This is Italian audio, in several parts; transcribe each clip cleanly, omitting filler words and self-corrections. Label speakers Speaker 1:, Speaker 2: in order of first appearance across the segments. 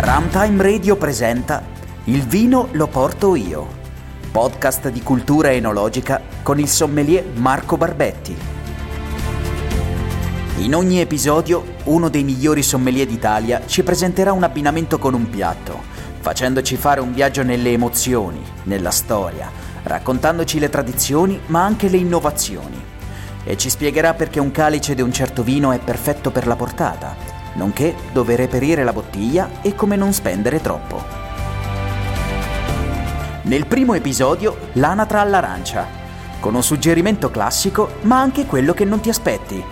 Speaker 1: Runtime Radio presenta Il vino lo porto io, podcast di cultura enologica con il sommelier Marco Barbetti. In ogni episodio uno dei migliori sommelier d'Italia ci presenterà un abbinamento con un piatto, facendoci fare un viaggio nelle emozioni, nella storia, raccontandoci le tradizioni ma anche le innovazioni. E ci spiegherà perché un calice di un certo vino è perfetto per la portata, nonché dove reperire la bottiglia e come non spendere troppo. Nel primo episodio, l'anatra all'arancia, con un suggerimento classico ma anche quello che non ti aspetti.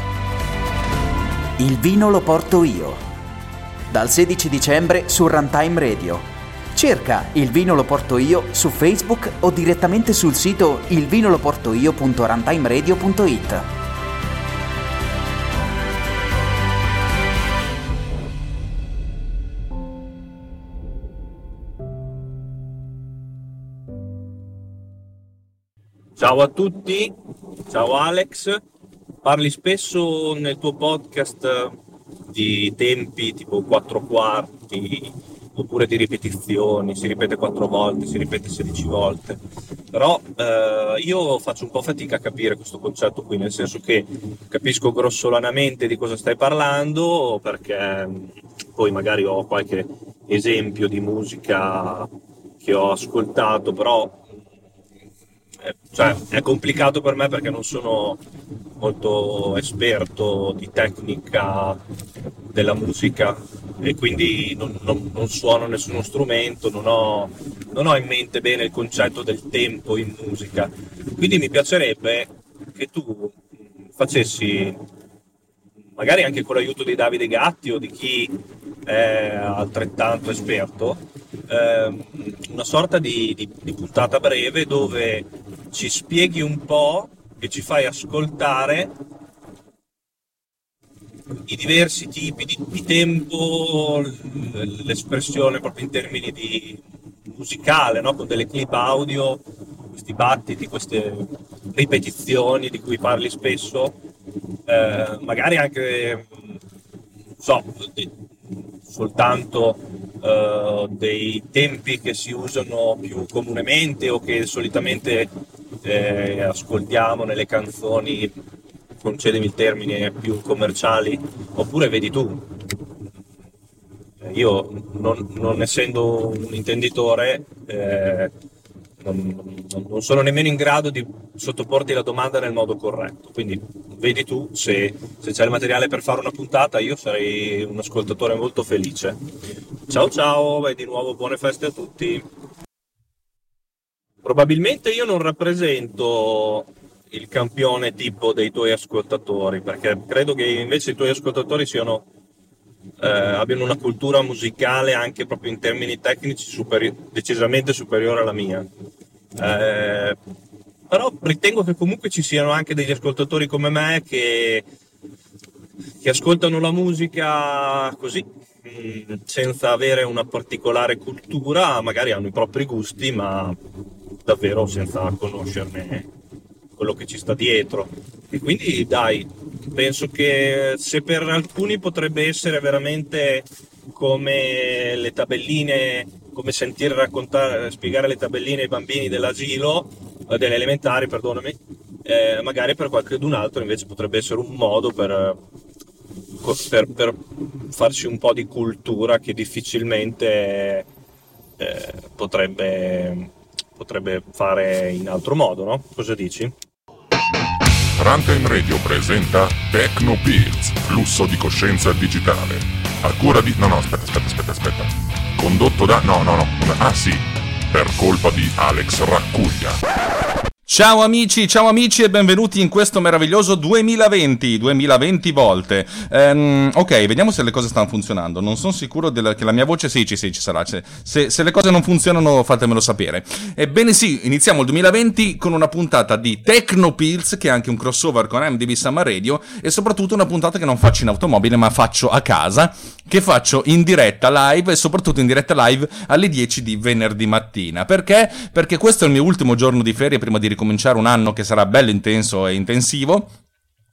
Speaker 1: Il vino lo porto io. Dal 16 dicembre su Runtime Radio. Cerca Il vino lo porto io su Facebook o direttamente sul sito ilvinoloportoio.runtimeradio.it.
Speaker 2: Ciao a tutti, ciao Alex. Parli spesso nel tuo podcast di tempi tipo 4 quarti oppure di ripetizioni, si ripete 4 volte, si ripete 16 volte, però io faccio un po' fatica a capire questo concetto qui, nel senso che capisco grossolanamente di cosa stai parlando, perché poi magari ho qualche esempio di musica che ho ascoltato, però è complicato per me perché non sono molto esperto di tecnica della musica e quindi non suono nessuno strumento, non ho in mente bene il concetto del tempo in musica, quindi mi piacerebbe che tu facessi, magari anche con l'aiuto di Davide Gatti o di chi è altrettanto esperto, una sorta di puntata breve dove ci spieghi un po' e ci fai ascoltare i diversi tipi di tempo, l'espressione proprio in termini di musicale, no? Con delle clip audio, questi battiti, queste ripetizioni di cui parli spesso, magari anche soltanto dei tempi che si usano più comunemente o che solitamente ascoltiamo nelle canzoni, concedimi il termine, più commerciali, oppure vedi tu. Io non essendo un intenditore non sono nemmeno in grado di sottoporti la domanda nel modo corretto, quindi vedi tu se c'è il materiale per fare una puntata. Io sarei un ascoltatore molto felice. Ciao e di nuovo buone feste a tutti. Probabilmente io non rappresento il campione tipo dei tuoi ascoltatori, perché credo che invece i tuoi ascoltatori abbiano una cultura musicale anche proprio in termini tecnici decisamente superiore alla mia. Però ritengo che comunque ci siano anche degli ascoltatori come me che ascoltano la musica così, senza avere una particolare cultura, magari hanno i propri gusti, ma davvero senza conoscerne quello che ci sta dietro. E quindi dai, penso che se per alcuni potrebbe essere veramente come le tabelline, come sentire raccontare, spiegare le tabelline ai bambini dell'asilo, delle elementari, perdonami, magari per qualcun altro invece potrebbe essere un modo per farci un po' di cultura che difficilmente potrebbe fare in altro modo, no? Cosa dici?
Speaker 3: Runtime Radio presenta Techno Pills, flusso di coscienza digitale. A cura di... Aspetta. Condotto da... Ah sì, per colpa di Alex Raccuglia.
Speaker 4: Ciao amici e benvenuti in questo meraviglioso 2020 volte. Ok, vediamo se le cose stanno funzionando. Non sono sicuro che la mia voce sì, ci sarà. Se le cose non funzionano fatemelo sapere. Ebbene sì, iniziamo il 2020 con una puntata di Techno Pills, che è anche un crossover con MDB Summer Radio, e soprattutto una puntata che non faccio in automobile ma faccio a casa, che faccio in diretta live e soprattutto in diretta live alle 10 di venerdì mattina. Perché? Perché questo è il mio ultimo giorno di ferie prima di ricominciare un anno che sarà bello intenso e intensivo.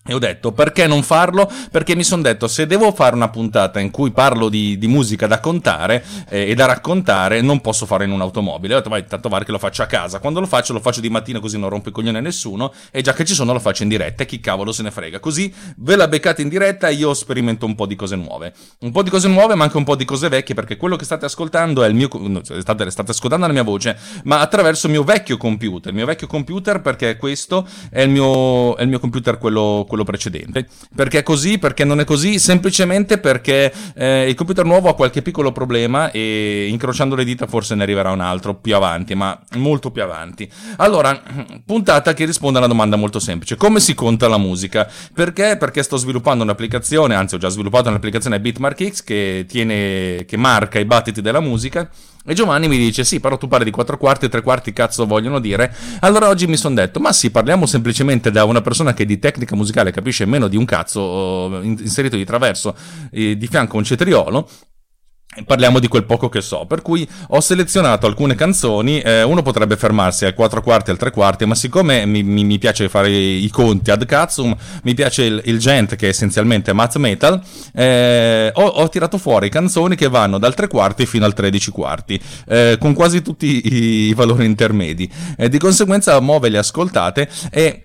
Speaker 4: E ho detto, perché non farlo? Perché mi sono detto, se devo fare una puntata in cui parlo di musica da contare e da raccontare, non posso fare in un'automobile. Ho detto, vai, tanto vale che lo faccio a casa. Quando lo faccio di mattina, così non rompo i coglioni a nessuno, e già che ci sono lo faccio in diretta, e chi cavolo se ne frega. Così ve la beccate in diretta e io sperimento un po' di cose nuove. Un po' di cose nuove, ma anche un po' di cose vecchie, perché quello che state ascoltando è il mio... No, state ascoltando la mia voce, ma attraverso il mio vecchio computer. Il mio vecchio computer, perché questo è il mio computer, quello precedente. Perché è così? Perché non è così? Semplicemente perché il computer nuovo ha qualche piccolo problema e incrociando le dita forse ne arriverà un altro più avanti, ma molto più avanti. Allora, puntata che risponde a una domanda molto semplice: come si conta la musica? Perché? Perché sto sviluppando un'applicazione, anzi ho già sviluppato un'applicazione Bitmark X che marca i battiti della musica. E Giovanni mi dice, sì, però tu parli di 4 quarti e 3 quarti, cazzo vogliono dire. Allora oggi mi sono detto, ma sì, parliamo semplicemente da una persona che di tecnica musicale capisce meno di un cazzo, inserito di traverso, di fianco a un cetriolo. Parliamo di quel poco che so, per cui ho selezionato alcune canzoni. Uno potrebbe fermarsi al 4 quarti e al 3 quarti, ma siccome mi piace fare i conti ad cazzum, mi piace il gent, che è essenzialmente math metal, ho tirato fuori canzoni che vanno dal 3 quarti fino al 13 quarti, con quasi tutti i valori intermedi, di conseguenza mo ve le ascoltate e...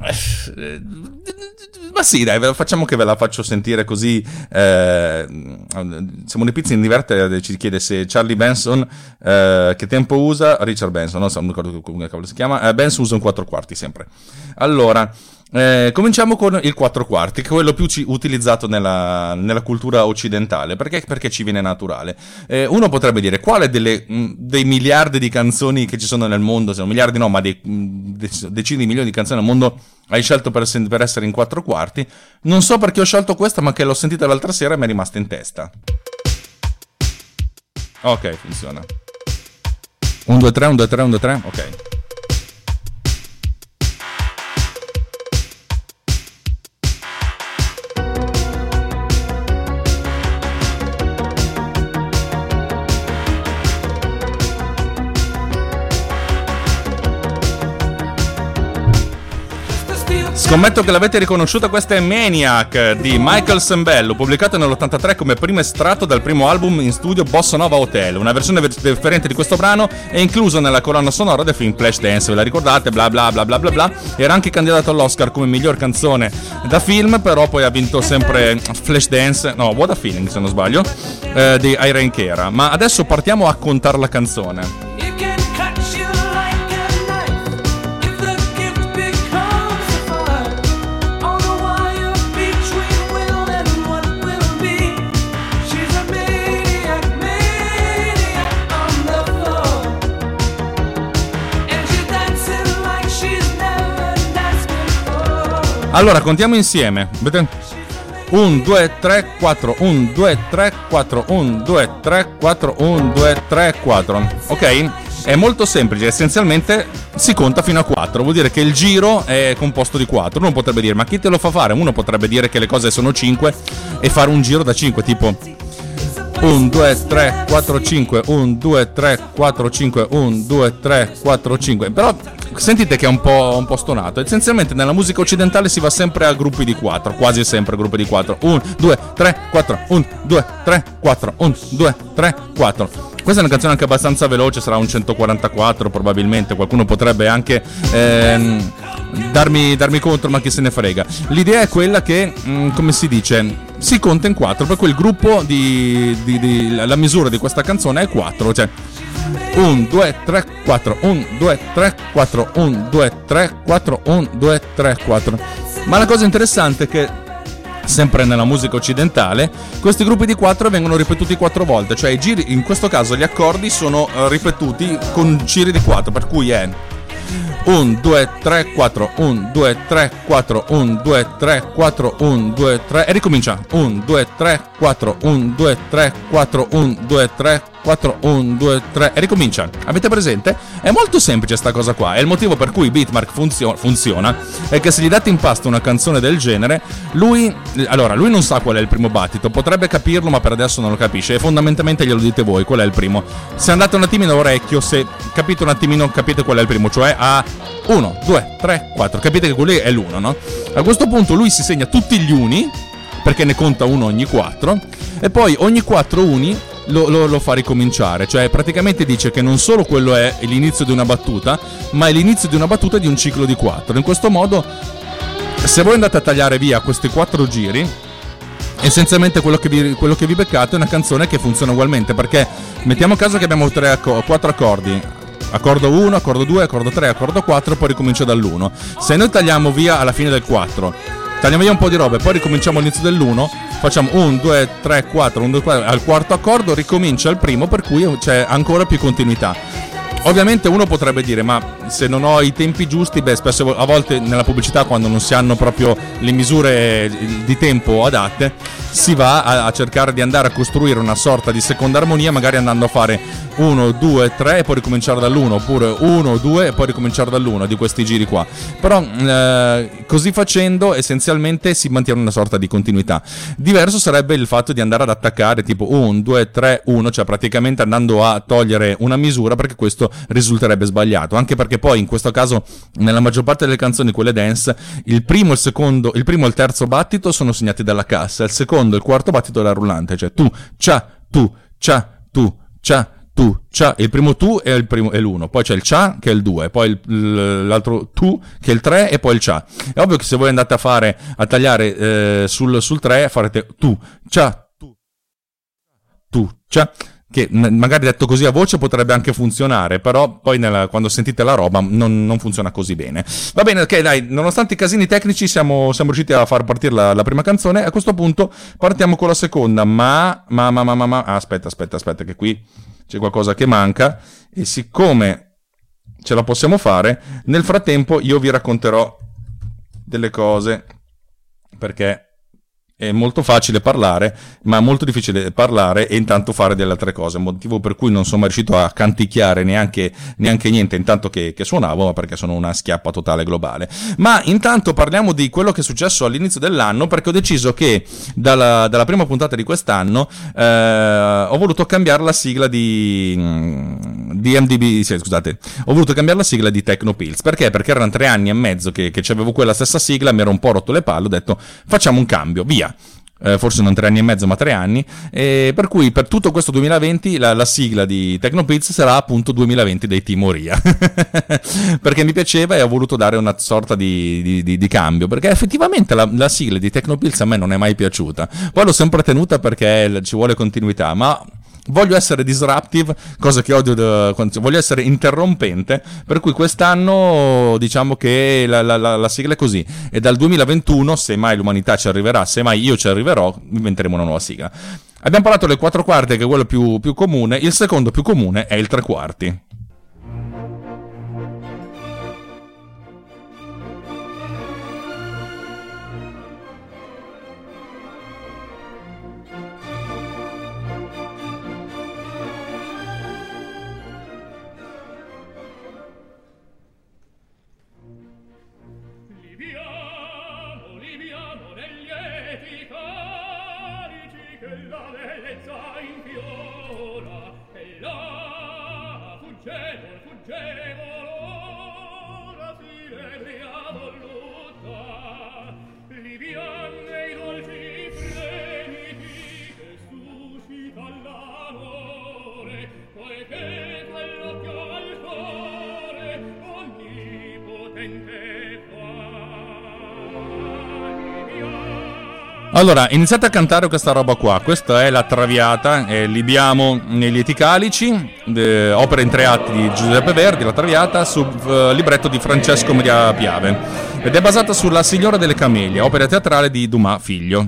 Speaker 4: ma sì, dai, facciamo che ve la faccio sentire così. Simone Pizzi in diverte ci chiede se Charlie Benson che tempo usa. Richard Benson, non so, non ricordo come cavolo si chiama. Benson usa un 4 quarti sempre. Allora, cominciamo con il 4 quarti, che è quello più utilizzato nella cultura occidentale. Perché ci viene naturale. Uno potrebbe dire, quale dei miliardi di canzoni che ci sono nel mondo, se non miliardi no, ma decine di milioni di canzoni al mondo, hai scelto per essere in 4 quarti? Non so perché ho scelto questa, ma che l'ho sentita l'altra sera e mi è rimasta in testa. Ok, funziona. 1, 2, 3, 1, 2, 3, 1, 2, 3, ok. Scommetto che l'avete riconosciuta, questa è Maniac di Michael Sembello, pubblicato nell'83 come primo estratto dal primo album in studio Bossa Nova Hotel. Una versione differente di questo brano è incluso nella colonna sonora del film Flashdance, ve la ricordate? Bla bla bla bla bla bla. Era anche candidato all'Oscar come miglior canzone da film, però poi ha vinto sempre Flashdance, no, What a Feeling se non sbaglio, di Irene Cara. Ma adesso partiamo a contare la canzone. Allora, contiamo insieme. 1, 2, 3, 4, 1, 2, 3, 4, 1, 2, 3, 4, 1, 2, 3, 4. Ok? È molto semplice, essenzialmente si conta fino a 4, vuol dire che il giro è composto di 4. Uno potrebbe dire, ma chi te lo fa fare? Uno potrebbe dire che le cose sono 5 e fare un giro da 5, tipo 1, 2, 3, 4, 5, 1, 2, 3, 4, 5, 1, 2, 3, 4, 5. Però sentite che è un po' stonato. Essenzialmente nella musica occidentale si va sempre a gruppi di 4, quasi sempre a gruppi di 4. 1, 2, 3, 4, 1, 2, 3, 4, 1, 2, 3, 4. Questa è una canzone anche abbastanza veloce, sarà un 144 probabilmente, qualcuno potrebbe anche darmi contro, ma chi se ne frega. L'idea è quella che, come si dice, si conta in 4, per cui il gruppo la misura di questa canzone è 4, cioè 1, 2, 3, 4, 1, 2, 3, 4, 1, 2, 3, 4, 1, 2, 3, 4. Ma la cosa interessante è che sempre nella musica occidentale questi gruppi di 4 vengono ripetuti 4 volte, cioè i giri, in questo caso gli accordi sono ripetuti con giri di 4, per cui è 1, 2, 3, 4, 1, 2, 3, 4, 1, 2, 3, 4, 1, 2, 3 e ricomincia 1, 2, 3, 4, 1, 2, 3, 4, 1, 2, 3, 4, 1, 2, 3 e ricomincia. Avete presente? È molto semplice sta cosa qua. E il motivo per cui Beatmark funziona è che se gli date in pasto una canzone del genere, lui non sa qual è il primo battito, potrebbe capirlo ma per adesso non lo capisce, e fondamentalmente glielo dite voi qual è il primo. Se andate un attimino all'orecchio, se capite un attimino, capite qual è il primo, cioè a 1, 2, 3, 4, capite che quello è l'1, no? A questo punto lui si segna tutti gli uni, perché ne conta uno ogni 4, e poi ogni 4 uni lo fa ricominciare, cioè praticamente dice che non solo quello è l'inizio di una battuta, ma è l'inizio di una battuta di un ciclo di 4. In questo modo, se voi andate a tagliare via questi 4 giri, essenzialmente quello che vi beccate è una canzone che funziona ugualmente, perché mettiamo caso che abbiamo 4 accordi, accordo 1, accordo 2, accordo 3, accordo 4, poi ricomincia dall'1. Se noi tagliamo via alla fine del 4, tagliamo via un po' di roba e poi ricominciamo all'inizio dell'1, facciamo 1, 2, 3, 4, 1, 2, 4, al quarto accordo ricomincia il primo, per cui c'è ancora più continuità. Ovviamente uno potrebbe dire, ma se non ho i tempi giusti, spesso a volte nella pubblicità, quando non si hanno proprio le misure di tempo adatte, si va a cercare di andare a costruire una sorta di seconda armonia, magari andando a fare 1, 2, 3 e poi ricominciare dall'1, oppure 1, 2 e poi ricominciare dall'1, di questi giri qua. Però così facendo essenzialmente si mantiene una sorta di continuità. Diverso sarebbe il fatto di andare ad attaccare tipo 1, 2, 3, 1, cioè praticamente andando a togliere una misura, perché questo risulterebbe sbagliato, anche perché poi in questo caso nella maggior parte delle canzoni, quelle dance, il primo e il terzo battito sono segnati dalla cassa, il secondo e il quarto battito dalla rullante, cioè tu, cia, tu, cia, tu, cia, tu, cia, il primo tu è l'1, poi c'è il cia che è il 2, poi l'altro tu che è il 3 e poi il cia. È ovvio che se voi andate a tagliare sul 3 farete tu, cia, tu, cia, che magari detto così a voce potrebbe anche funzionare, però poi quando sentite la roba non funziona così bene. Va bene, ok, dai, nonostante i casini tecnici siamo riusciti a far partire la prima canzone. A questo punto partiamo con la seconda, ma aspetta, che qui c'è qualcosa che manca, e siccome ce la possiamo fare, nel frattempo io vi racconterò delle cose, perché è molto facile parlare, ma molto difficile parlare e intanto fare delle altre cose, motivo per cui non sono mai riuscito a canticchiare neanche niente intanto che suonavo, ma perché sono una schiappa totale globale. Ma intanto parliamo di quello che è successo all'inizio dell'anno, perché ho deciso che dalla prima puntata di quest'anno ho voluto cambiare la sigla di MDB, sì, scusate, ho voluto cambiare la sigla di Tecnopills. Perché? Perché erano 3 anni e mezzo che c'avevo quella stessa sigla, mi ero un po' rotto le palle, ho detto facciamo un cambio, via. Forse non 3 anni e mezzo ma 3 anni, per cui per tutto questo 2020 la sigla di Tecnopills sarà appunto 2020 dei Timoria perché mi piaceva e ho voluto dare una sorta di cambio, perché effettivamente la sigla di Tecnopills a me non è mai piaciuta, poi l'ho sempre tenuta perché ci vuole continuità, ma voglio essere disruptive, cosa che odio, voglio essere interrompente, per cui quest'anno diciamo che la sigla è così, e dal 2021, se mai l'umanità ci arriverà, se mai io ci arriverò, inventeremo una nuova sigla. Abbiamo parlato del 4 quarti, che è quello più comune, il secondo più comune è il 3 quarti. Allora, iniziate a cantare questa roba qua. Questa è La Traviata, Libiamo nei lieti calici, opera in 3 atti di Giuseppe Verdi, La Traviata, su libretto di Francesco Maria Piave, ed è basata sulla Signora delle Camelie, opera teatrale di Dumas figlio.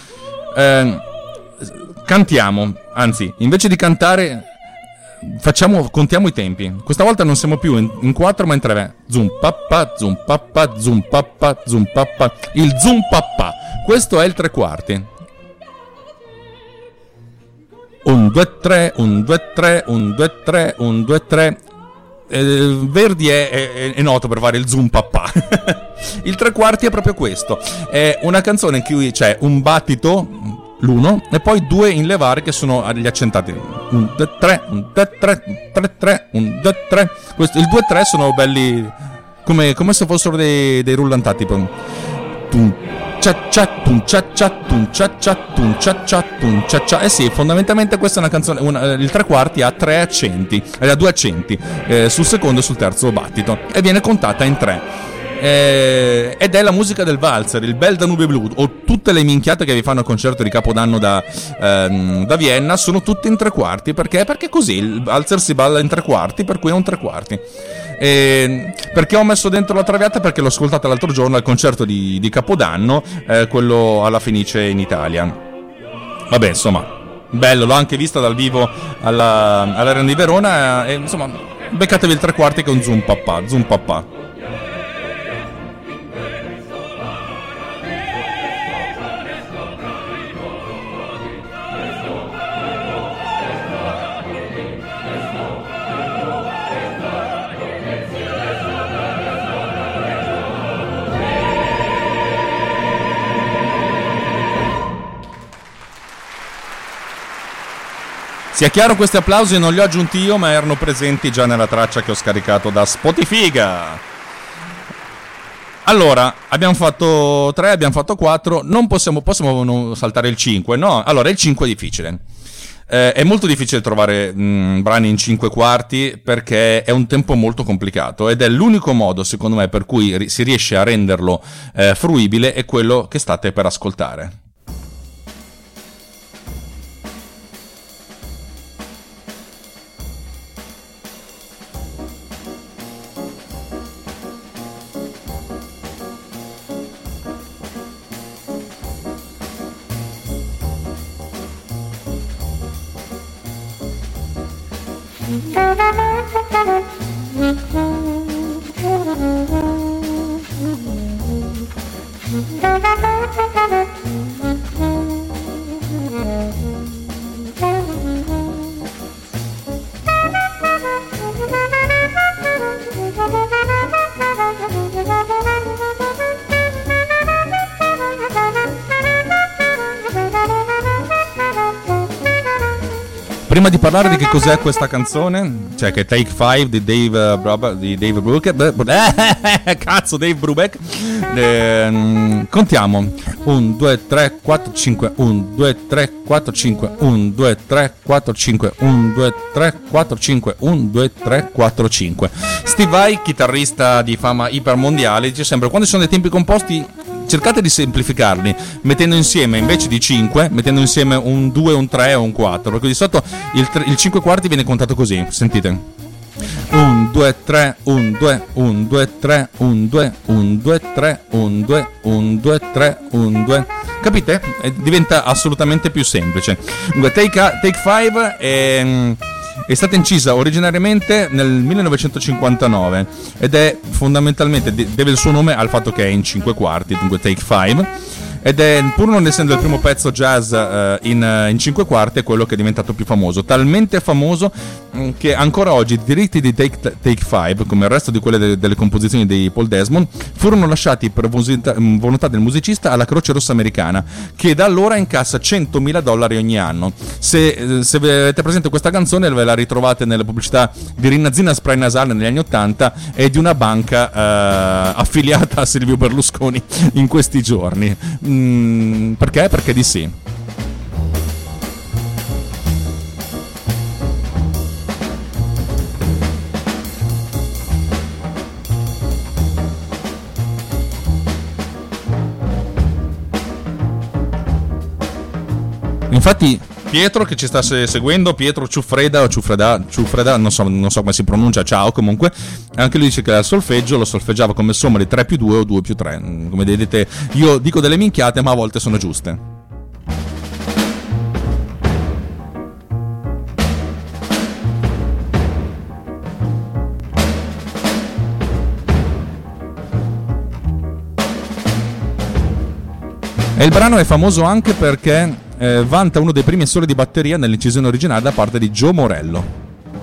Speaker 4: Cantiamo, anzi, invece di cantare contiamo i tempi. Questa volta non siamo più in 4 ma in 3. Zum pappa, zum pappa, zum pappa, zum pappa. Il zum pappa. Questo è il 3 quarti. 1, 1, 2, 3, 1, 2, 3, 1, 2, 3, 1, 2, 3. Verdi è noto per fare il zoom papà. Il tre quarti è proprio questo, è una canzone in cui c'è un battito, l'uno, e poi due in levare che sono gli accentati, 1, 2, 3, 1, 2, 3, 3, 3, 1, 2, 3. Il 2, 3 sono belli come se fossero dei rullantati, tum cia cia tum cia cia tum cia cia tum cia cia tum cia cia. Eh sì, fondamentalmente questa è una canzone, il tre quarti ha tre accenti, ha due accenti sul secondo e sul terzo battito, e viene contata in tre. Ed è la musica del valzer, il bel Danube Blu, o tutte le minchiate che vi fanno al concerto di Capodanno da Vienna sono tutte in tre quarti, perché così il valzer si balla in tre quarti, per cui è un tre quarti. Perché ho messo dentro la Traviata? Perché l'ho ascoltata l'altro giorno al concerto di Capodanno, quello alla Fenice in Italia. Vabbè, insomma, bello, l'ho anche vista dal vivo all'Arena di Verona, e insomma, beccatevi il tre quarti che è un zoom papà. Sia chiaro, questi applausi non li ho aggiunti io, ma erano presenti già nella traccia che ho scaricato da Spotify. Allora, abbiamo fatto 3, abbiamo fatto 4, non possiamo non saltare il 5, no? Allora, il 5 è difficile. È molto difficile trovare brani in 5 quarti, perché è un tempo molto complicato, ed è l'unico modo, secondo me, per cui si riesce a renderlo fruibile, è quello che state per ascoltare. Prima di parlare di che cos'è questa canzone, cioè che è Take 5 di Dave Brubeck, cazzo, Dave Brubeck, contiamo 1, 2, 3, 4, 5, 1, 2, 3, 4, 5, 1, 2, 3, 4, 5, 1, 2, 3, 4, 5, 1, 2, 3, 4, 5. Steve Vai, chitarrista di fama ipermondiale, dice sempre: quando ci sono dei tempi composti cercate di semplificarli, mettendo insieme, invece di 5, mettendo insieme un 2, un 3 o un 4, perché di solito il 5 quarti viene contato così, sentite: 1, 2, 3, 1, 2, 1, 2, 3, 1, 2, 1, 2, 3, 1, 2, 1, 2, 3, 1, 2. Capite? Diventa assolutamente più semplice. Take 5 è stata incisa originariamente nel 1959 ed è fondamentalmente, deve il suo nome al fatto che è in 5 quarti, dunque Take 5, ed è, pur non essendo il primo pezzo jazz in 5 quarti, è quello che è diventato più famoso, talmente famoso che ancora oggi i diritti di Take 5, come il resto di quelle delle composizioni di Paul Desmond, furono lasciati per volontà del musicista alla Croce Rossa americana, che da allora incassa $100.000 ogni anno. Se avete presente questa canzone, ve la ritrovate nelle pubblicità di Rinazzina Spray Nasale negli anni 80 e di una banca affiliata a Silvio Berlusconi in questi giorni. Perché? Perché di sì. Infatti Pietro, che ci sta seguendo, Pietro Ciuffreda o Ciuffreda, non so come si pronuncia, ciao, comunque, anche lui dice che al solfeggio lo solfeggiava come somma di 3 più 2 o 2 più 3. Come vedete, io dico delle minchiate, ma a volte sono giuste. E il brano è famoso anche perché vanta uno dei primi assoli di batteria nell'incisione originale da parte di Joe Morello.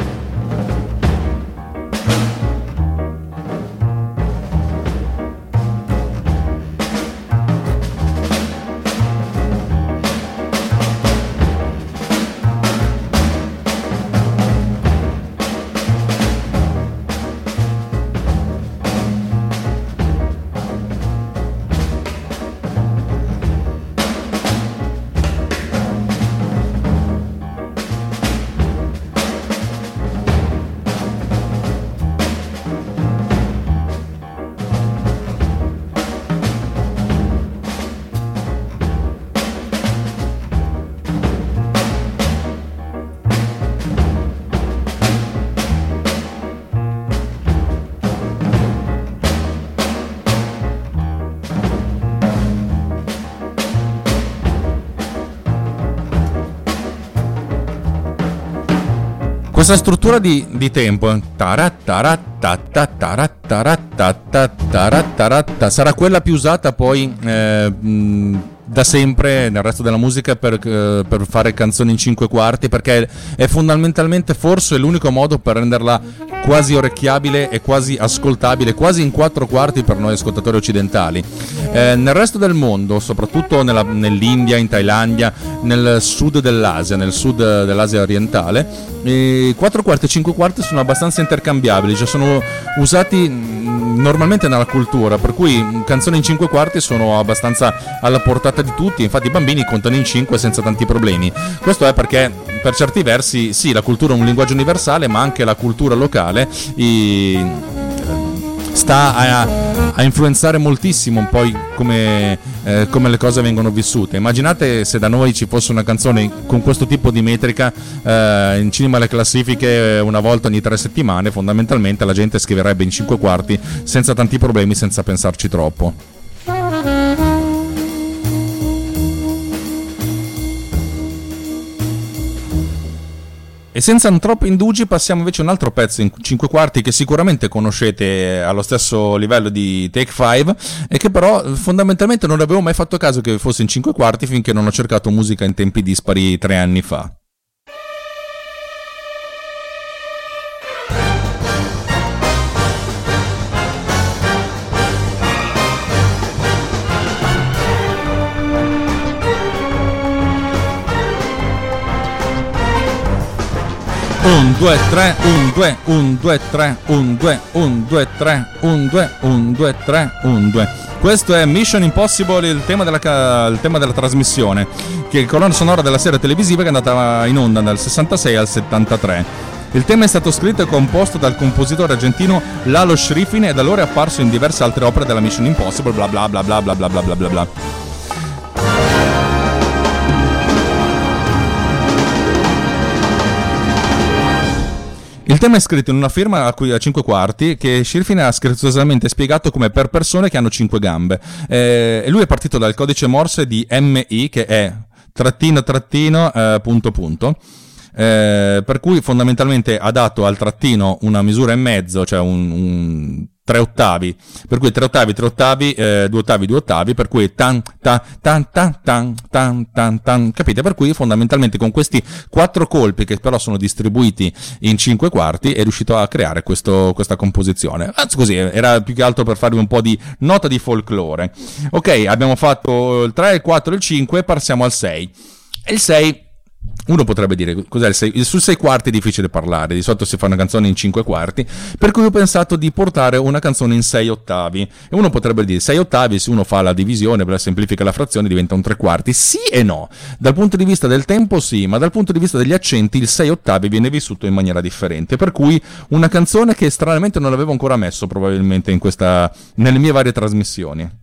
Speaker 4: Questa struttura di tempo sarà quella più usata poi da sempre nel resto della musica per fare canzoni in 5 quarti, perché è fondamentalmente forse l'unico modo per renderla quasi orecchiabile e quasi ascoltabile, quasi in 4 quarti per noi ascoltatori occidentali. Nel resto del mondo, soprattutto nell'India, in Thailandia, nel sud dell'Asia, nel sud dell'Asia orientale, 4 quarti e 5 quarti sono abbastanza intercambiabili, cioè sono usati normalmente nella cultura, per cui canzoni in 5 quarti sono abbastanza alla portata di tutti. Infatti i bambini contano in 5 senza tanti problemi. Questo è perché per certi versi sì, la cultura è un linguaggio universale, ma anche la cultura locale sta a influenzare moltissimo poi come le cose vengono vissute. Immaginate se da noi ci fosse una canzone con questo tipo di metrica in cima alle classifiche una volta ogni 3 settimane, fondamentalmente la gente scriverebbe in 5 quarti senza tanti problemi, senza pensarci troppo. E senza troppi indugi passiamo invece a un altro pezzo in 5 quarti che sicuramente conoscete allo stesso livello di Take 5 e che però fondamentalmente non avevo mai fatto caso che fosse in 5 quarti finché non ho cercato musica in tempi dispari 3 anni fa. 1, 2, 3, 1, 2, 1, 2, 3, 1, 2, 1, 2, 3, 1, 2, 1, 2, 3, 1, 2. Questo è Mission Impossible, il tema della trasmissione, che è il colonna sonora della serie televisiva che è andata in onda dal 66 al 73. Il tema è stato scritto e composto dal compositore argentino Lalo Schifrin e da allora è apparso in diverse altre opere della Mission Impossible, bla bla bla bla bla bla bla bla bla. Il tema è scritto in una firma a 5 quarti che Schifrin ha scherzosamente spiegato come per persone che hanno 5 gambe. E lui è partito dal codice Morse di MI, che è trattino trattino punto punto. Per cui fondamentalmente ha dato al trattino una misura e mezzo, cioè un 3 ottavi, per cui 3 ottavi, 3 ottavi, 2 ottavi, 2 ottavi, per cui tan tan tan tan tan tan tan tan, capite? Per cui fondamentalmente con questi 4 colpi che però sono distribuiti in 5 quarti è riuscito a creare questa composizione. Anzi, così era più che altro per farvi un po' di nota di folklore. Ok, abbiamo fatto il 3, il 4 e il 5, passiamo al 6. E il 6, uno potrebbe dire, cos'è il 6? Sul 6 quarti è difficile parlare, di solito si fa una canzone in 5 quarti, per cui ho pensato di portare una canzone in 6 ottavi. E uno potrebbe dire 6 ottavi, se uno fa la divisione, semplifica la frazione, diventa un 3 quarti. Sì e no. Dal punto di vista del tempo sì, ma dal punto di vista degli accenti il 6 ottavi viene vissuto in maniera differente. Per cui una canzone che stranamente non l'avevo ancora messo probabilmente nelle mie varie trasmissioni.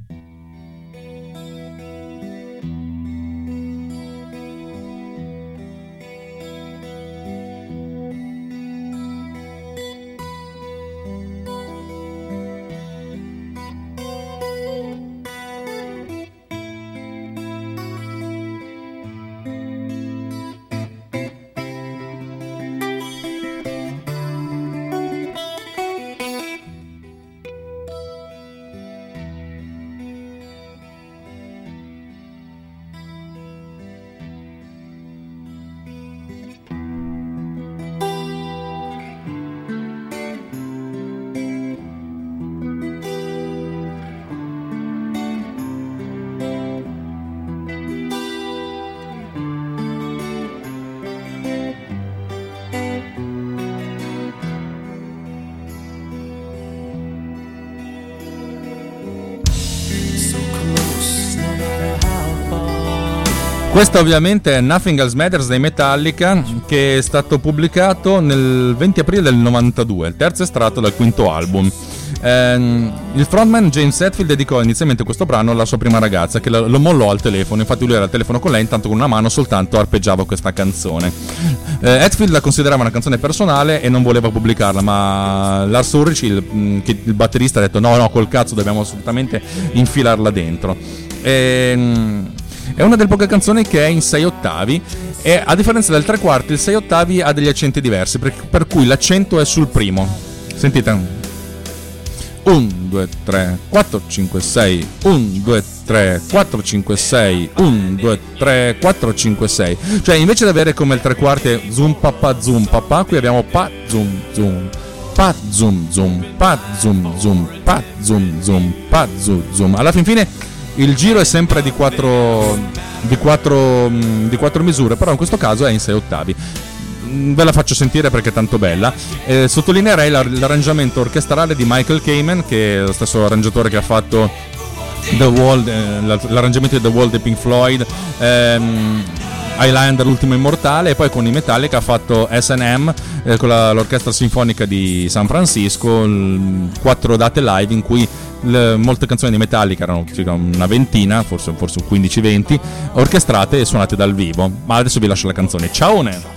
Speaker 4: Questo ovviamente è Nothing Else Matters dei Metallica, che è stato pubblicato nel 20 aprile del 92, il terzo estratto dal quinto album. Il frontman James Hetfield dedicò inizialmente questo brano alla sua prima ragazza, che lo mollò al telefono. Infatti lui era al telefono con lei, intanto con una mano soltanto arpeggiava questa canzone. Hetfield la considerava una canzone personale e non voleva pubblicarla, ma Lars Ulrich, il batterista, ha detto no, col cazzo dobbiamo assolutamente infilarla dentro. È una delle poche canzoni che è in 6 ottavi e, a differenza del 3/4, il 6 ottavi ha degli accenti diversi, per cui l'accento è sul primo. Sentite: 1, 2, 3, 4, 5, 6, 1, 2, 3, 4, 5, 6, 1, 2, 3, 4, 5, 6. Cioè, invece di avere come il 3/4 zoom papà, qui abbiamo pa zoom zoom, pa zoom zoom, pa zoom zoom, pa zoom zoom, pa zoom zoom. Alla fine il giro è sempre di 4 misure, però in questo caso è in 6 ottavi. Ve la faccio sentire perché è tanto bella. Sottolineerei l'arrangiamento orchestrale di Michael Kamen, che è lo stesso arrangiatore che ha fatto The Wall, l'arrangiamento di The Wall di Pink Floyd, Highlander, l'ultimo immortale, e poi con i Metallica ha fatto S&M con l'orchestra sinfonica di San Francisco, 4 date live in cui molte canzoni di Metallica, erano circa una ventina, forse 15-20, orchestrate e suonate dal vivo. Ma adesso vi lascio la canzone. Ciao!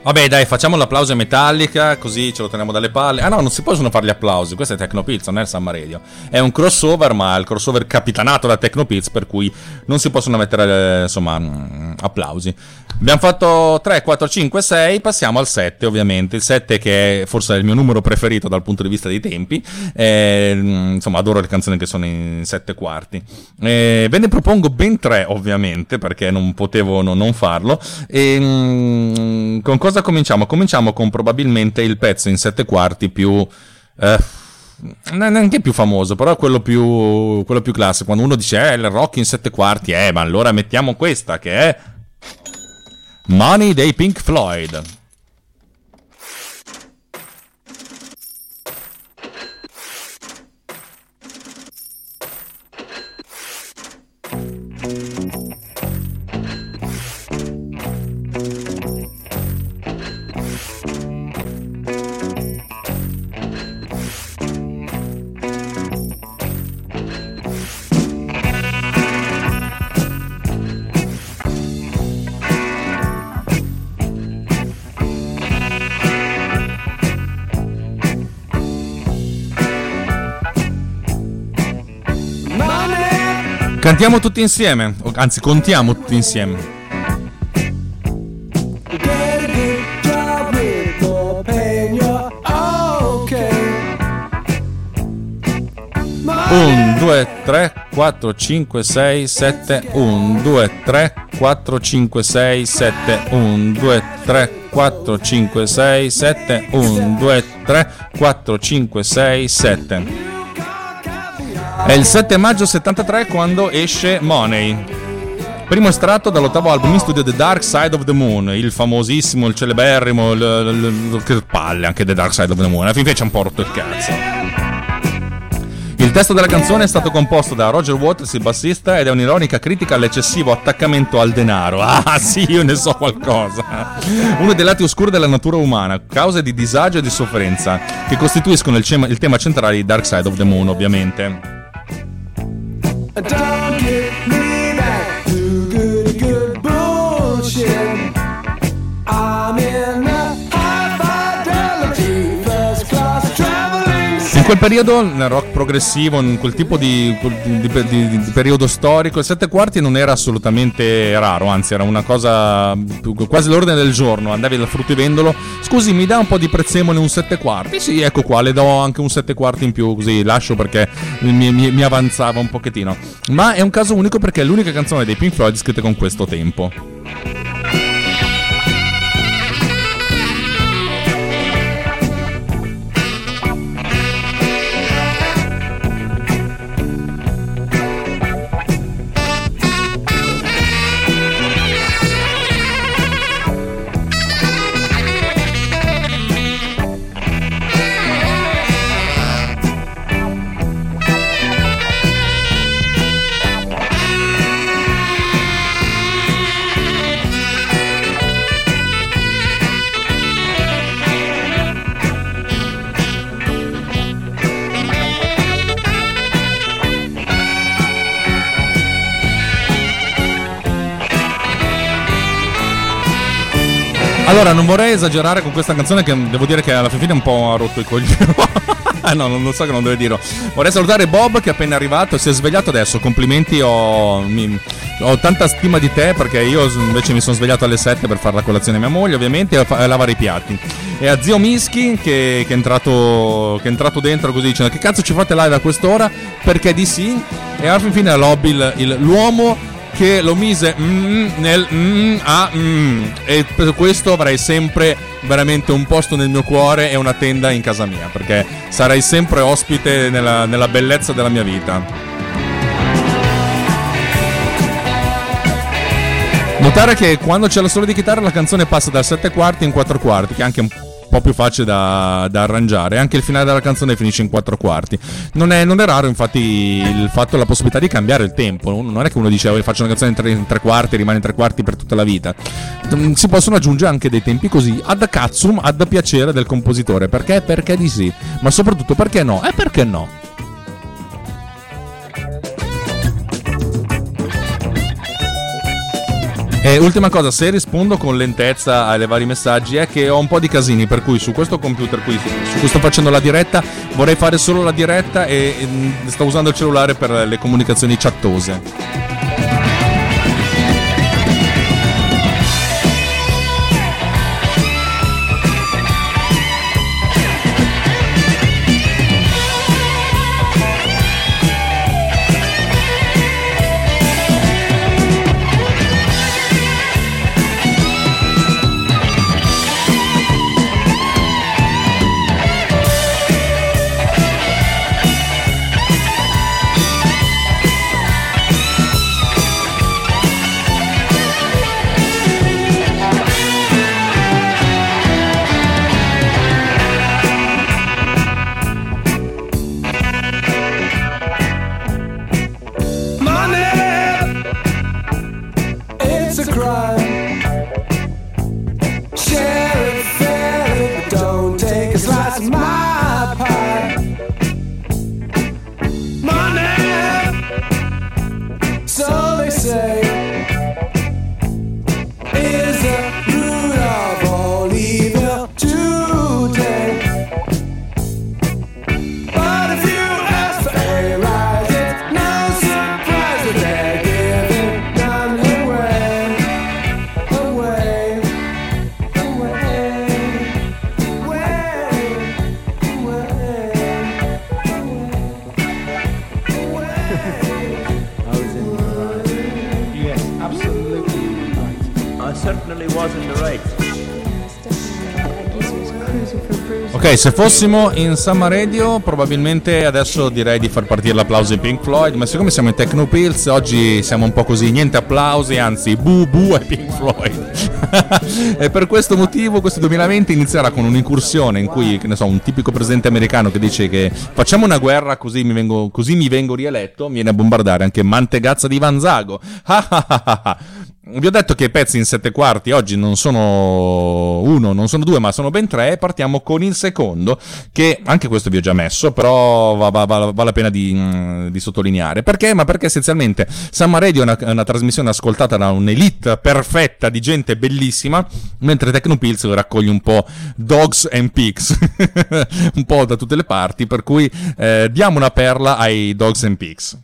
Speaker 4: Vabbè, dai, facciamo l'applauso a Metallica, così ce lo teniamo dalle palle. Ah no, non si possono fare gli applausi, questo è Tecnopills, non è il Summer Radio. È un crossover, ma è il crossover capitanato da Tecnopills, per cui non si possono mettere, insomma, applausi. Abbiamo fatto 3, 4, 5, 6, passiamo al 7, ovviamente. Il 7 che è forse il mio numero preferito dal punto di vista dei tempi. Insomma, adoro le canzoni che sono in 7 quarti. Ve ne propongo ben 3, ovviamente, perché non potevo non farlo. Con cosa cominciamo? Cominciamo con probabilmente il pezzo in 7 quarti più... neanche più famoso, però è quello più classico. Quando uno dice il rock in 7 quarti, ma allora mettiamo questa che è Money dei Pink Floyd. Cantiamo tutti insieme, anzi contiamo tutti insieme. 1, 2, 3, 4, 5, 6, 7, 1, 2, 3, 4, 5, 6, 7, 1, 2, 3, 4, 5, 6, 7, 1, 2, 3, 4, 5, 6, 7. È il 7 maggio 73 quando esce Money, primo estratto dall'8º album in studio The Dark Side of the Moon, il famosissimo, il celeberrimo, che palle anche The Dark Side of the Moon, alla fine ci ha un po' rotto il cazzo. Il testo della canzone è stato composto da Roger Waters, il bassista, ed è un'ironica critica all'eccessivo attaccamento al denaro. Ah sì, io ne so qualcosa. Uno dei lati oscuri della natura umana, cause di disagio e di sofferenza, che costituiscono il tema centrale di Dark Side of the Moon, ovviamente.
Speaker 5: Don't give me that too good bullshit. I'm in a high fidelity first class traveling.
Speaker 4: In quel periodo, nel rock progressivo, in quel tipo di periodo storico, il 7 quarti non era assolutamente raro, anzi era una cosa quasi l'ordine del giorno. Andavi dal fruttivendolo, scusi, mi dà un po' di prezzemolo in un 7 quarti? Sì, ecco qua, le do anche un 7 quarti in più, così lascio perché mi avanzava un pochettino. Ma è un caso unico perché è l'unica canzone dei Pink Floyd scritta con questo tempo. Allora, non vorrei esagerare con questa canzone che devo dire che alla fine un po' ha rotto i coglioni. No, non lo so che non dovevo dirlo. Vorrei salutare Bob che è appena arrivato e si è svegliato adesso. Complimenti, ho tanta stima di te perché io invece mi sono svegliato alle 7 per fare la colazione a mia moglie, ovviamente, e lavare i piatti. E a zio Mischi che è entrato dentro così dicendo: che cazzo ci fate live a quest'ora? Perché di sì. E alla fine a lobby l'uomo che lo mise e per questo avrai sempre veramente un posto nel mio cuore e una tenda in casa mia, perché sarai sempre ospite nella bellezza della mia vita. Notare che quando c'è la solo di chitarra la canzone passa dal 7 quarti in 4 quarti, che è anche un po' più facile da arrangiare. Anche il finale della canzone finisce in 4 quarti. Non è raro infatti la possibilità di cambiare il tempo. Non è che uno dice faccio una canzone in 3 quarti e rimane in 3 quarti per tutta la vita. Si possono aggiungere anche dei tempi così ad cazzum, ad piacere del compositore. Perché di sì, ma soprattutto perché no? E perché no? E ultima cosa, se rispondo con lentezza ai vari messaggi è che ho un po' di casini, per cui su questo computer qui, su cui sto facendo la diretta, vorrei fare solo la diretta e sto usando il cellulare per le comunicazioni chattose. Ok, se fossimo in Summer Radio probabilmente adesso direi di far partire l'applauso di Pink Floyd, ma siccome siamo in Techno Pills oggi siamo un po' così, niente applausi, anzi bu bu ai Pink Floyd. E per questo motivo questo 2020 inizierà con un'incursione in cui, che ne so, un tipico presidente americano che dice che facciamo una guerra così mi vengo rieletto, viene a bombardare anche Mantegazza di Vanzago. Vi ho detto che i pezzi in 7 quarti oggi non sono uno, non sono due, ma sono ben 3. E partiamo con il secondo, che anche questo vi ho già messo, però vale la pena di sottolineare. Perché? Ma perché essenzialmente Summer Radio è una trasmissione ascoltata da un'elite perfetta di gente bellissima, mentre Techno Pills raccoglie un po' dogs and pigs, un po' da tutte le parti, per cui diamo una perla ai dogs and pigs.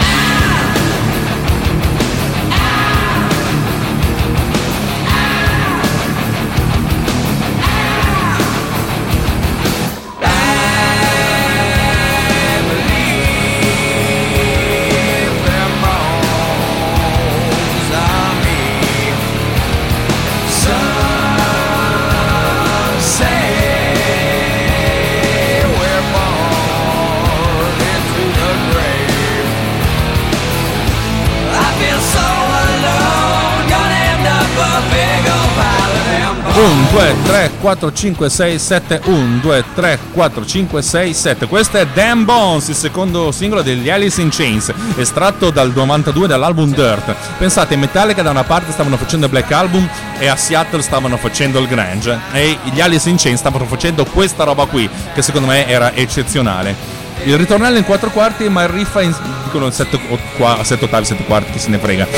Speaker 4: Un, 2, 3, 4, 5, 6, 7, 1, 2, 3, 4, 5, 6, 7. Questo è Damn Bones, il secondo singolo degli Alice in Chains, estratto dal 92 dall'album Dirt. Pensate, Metallica da una parte stavano facendo il Black Album e a Seattle stavano facendo il grunge, e gli Alice in Chains stavano facendo questa roba qui, che secondo me era eccezionale. Il ritornello in 4 quarti, ma il riff dicono 7 ottavi, 7 quarti, chi se ne frega.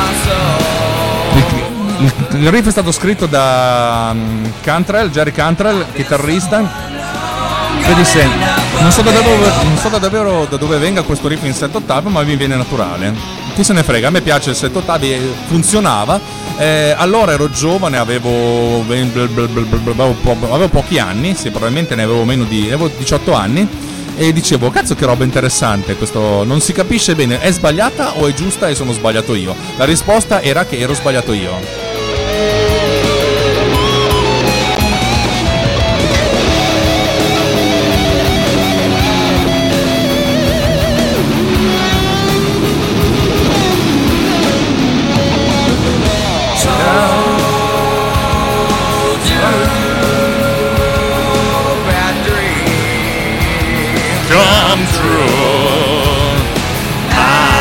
Speaker 4: Il riff è stato scritto da Jerry Cantrell, chitarrista. Vedi se non so davvero da dove venga questo riff in 7 ottavi, ma mi viene naturale. Chi se ne frega, a me piace il 7 ottavi, funzionava. Allora ero giovane, avevo pochi anni, sì, probabilmente ne avevo avevo 18 anni. E dicevo, cazzo che roba interessante, questo non si capisce bene, è sbagliata o è giusta e sono sbagliato io? La risposta era che ero sbagliato io. Come true, I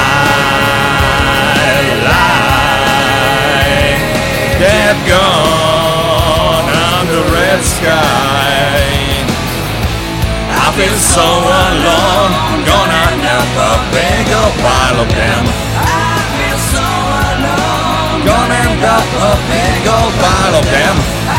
Speaker 4: lie, get gone under red sky. I've been so alone, gonna have a bigger pile of them. I've been so alone, gonna end up a big old pile of them.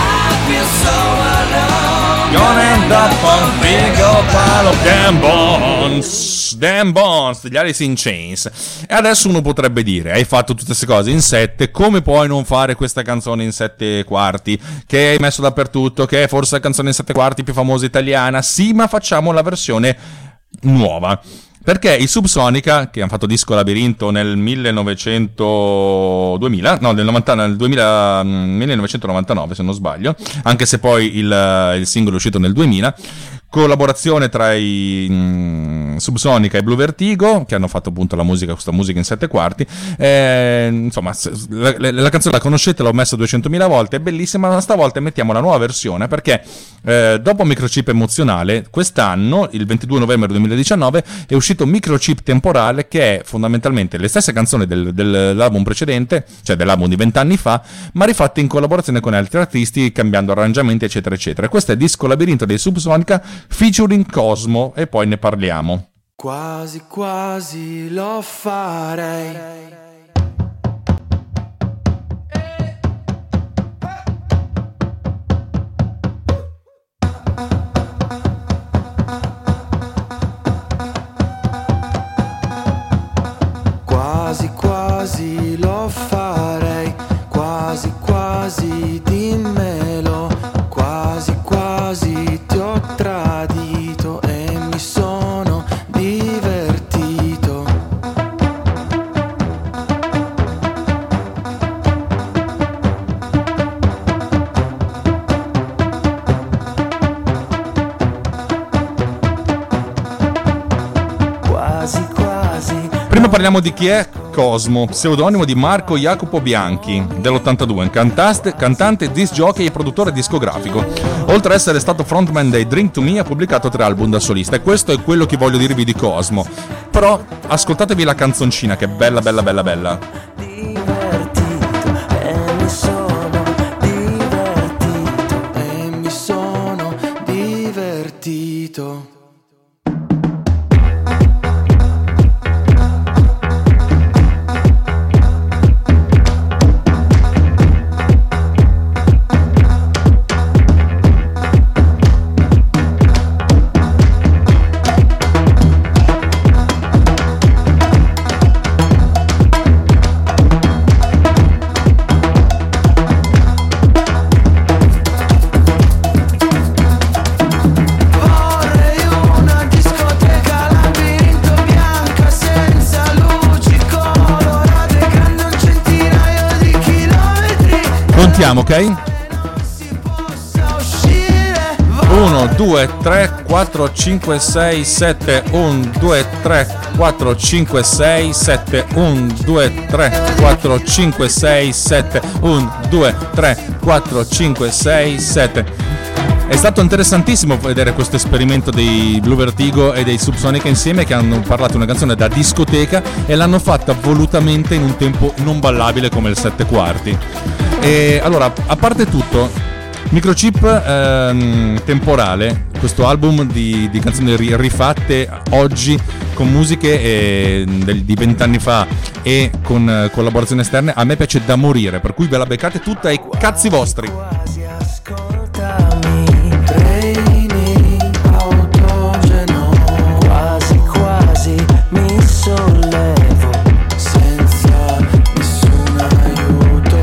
Speaker 4: Gonna end up a big old pile of damn bones. Damn bones degli Alice in Chains. E adesso uno potrebbe dire: hai fatto tutte queste cose in 7, come puoi non fare questa canzone in 7 quarti che hai messo dappertutto, che è forse la canzone in 7 quarti più famosa italiana? Sì, ma facciamo la versione nuova. Perché i Subsonica, che hanno fatto Disco Labirinto nel 1999 se non sbaglio, anche se poi il singolo è uscito nel 2000, collaborazione tra i Subsonica e Blue Vertigo, che hanno fatto appunto questa musica in 7 quarti. Insomma, la canzone la conoscete, l'ho messa 200.000 volte, è bellissima, ma stavolta mettiamo la nuova versione perché dopo Microchip Emozionale, quest'anno, il 22 novembre 2019, è uscito Microchip Temporale, che è fondamentalmente le stesse canzoni dell'album precedente, cioè dell'album di 20 anni fa, ma rifatte in collaborazione con altri artisti, cambiando arrangiamenti eccetera eccetera. Questo è Disco Labirinto dei Subsonica featuring Cosmo, e poi ne parliamo.
Speaker 5: Quasi quasi lo farei. Quasi quasi lo farei, quasi quasi dimmelo, quasi quasi ti ho tradito e mi sono divertito. Quasi quasi.
Speaker 4: Prima parliamo di chi è Cosmo, pseudonimo di Marco Jacopo Bianchi, dell'82, cantante, disc jockey e produttore discografico. Oltre ad essere stato frontman dei Drink to Me, ha pubblicato 3 album da solista, e questo è quello che voglio dirvi di Cosmo. Però ascoltatevi la canzoncina, che è bella bella bella bella.
Speaker 5: Mi sono divertito.
Speaker 4: Contiamo, ok? 1, 2, 3, 4, 5, 6, 7, 1, 2, 3, 4, 5, 6, 7, 1, 2, 3, 4, 5, 6, 7, 1, 2, 3, 4, 5, 6, 7. È stato interessantissimo vedere questo esperimento dei Blue Vertigo e dei Subsonica insieme, che hanno parlato una canzone da discoteca e l'hanno fatta volutamente in un tempo non ballabile come il 7 quarti. E allora, a parte tutto, Microchip Temporale, questo album di canzoni rifatte oggi con musiche di 20 anni fa e con collaborazioni esterne, a me piace da morire, per cui ve la beccate tutta ai cazzi vostri.
Speaker 5: Quasi quasi mi sollevo senza nessun aiuto.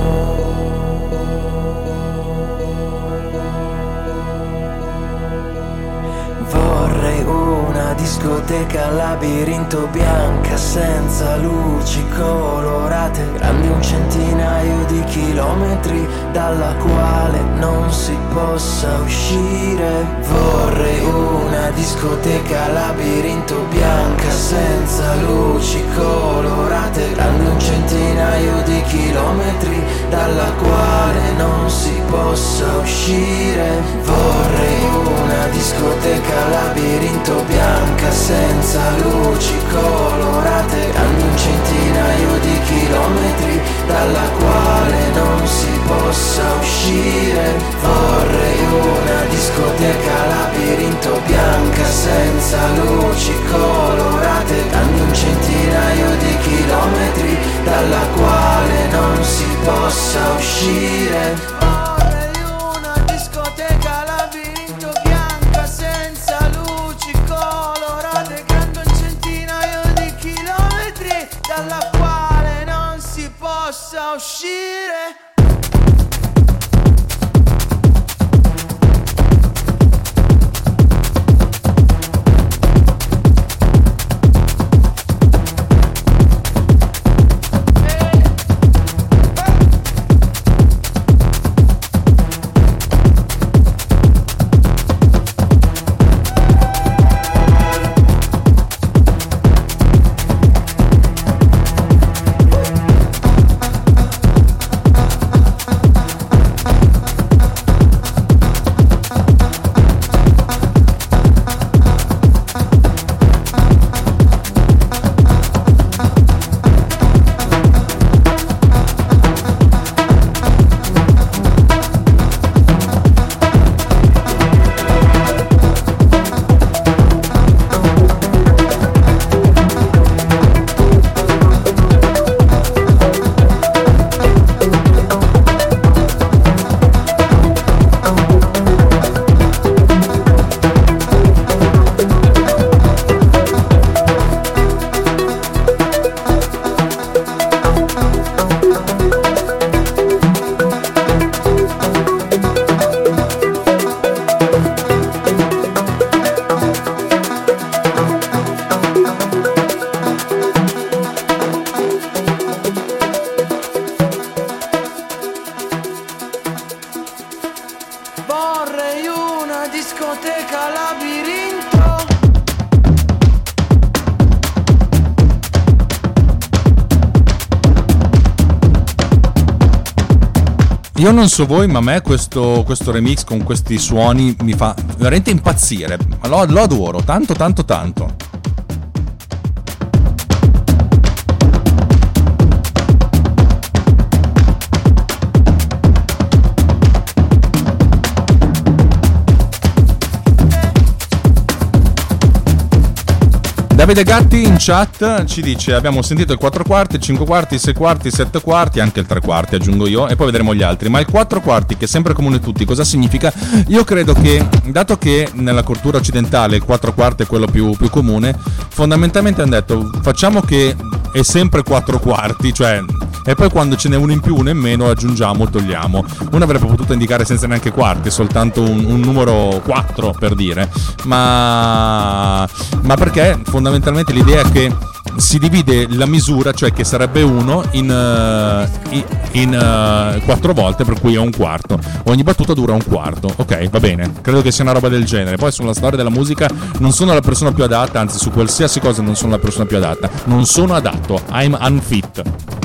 Speaker 5: Vorrei una discoteca labirinto bianca senza luci colorate, grande un centinaio di chilometri dalla quale non si possa uscire. Vorrei una discoteca labirinto bianca senza luci colorate, grande un centinaio di chilometri dalla quale non si possa uscire. Vorrei una discoteca labirinto bianca senza luci colorate, grande un centinaio di chilometri dalla quale non si possa uscire. Vorrei una discoteca labirinto bianca senza luci colorate, grande un centinaio di chilometri dalla quale quale non si possa uscire.
Speaker 6: Vorrei una discoteca labirinto bianca senza luci colorate, grande un centinaio di chilometri dalla quale non si possa uscire. Vorrei una discoteca labirinto.
Speaker 4: Io non so voi, ma a me questo remix con questi suoni mi fa veramente impazzire. Lo adoro, tanto tanto tanto. Davide Gatti in chat ci dice: abbiamo sentito il 4 quarti, il 5 quarti, il 6 quarti, il 7 quarti, anche il 3 quarti aggiungo io, e poi vedremo gli altri. Ma il 4 quarti, che è sempre comune a tutti, cosa significa? Io credo che, dato che nella cultura occidentale il 4 quarti è quello più comune, fondamentalmente hanno detto facciamo che è sempre 4 quarti, cioè, e poi quando ce n'è uno in più, uno in meno, aggiungiamo o togliamo. Uno avrebbe potuto indicare senza neanche quarti, soltanto un numero 4 per dire, ma perché fondamentalmente l'idea è che si divide la misura, cioè che sarebbe 1 in 4 volte, per cui è un quarto. Ogni battuta dura un quarto. Ok, va bene, credo che sia una roba del genere. Poi sulla storia della musica non sono la persona più adatta, anzi su qualsiasi cosa non sono la persona più adatta. Non sono adatto, I'm unfit.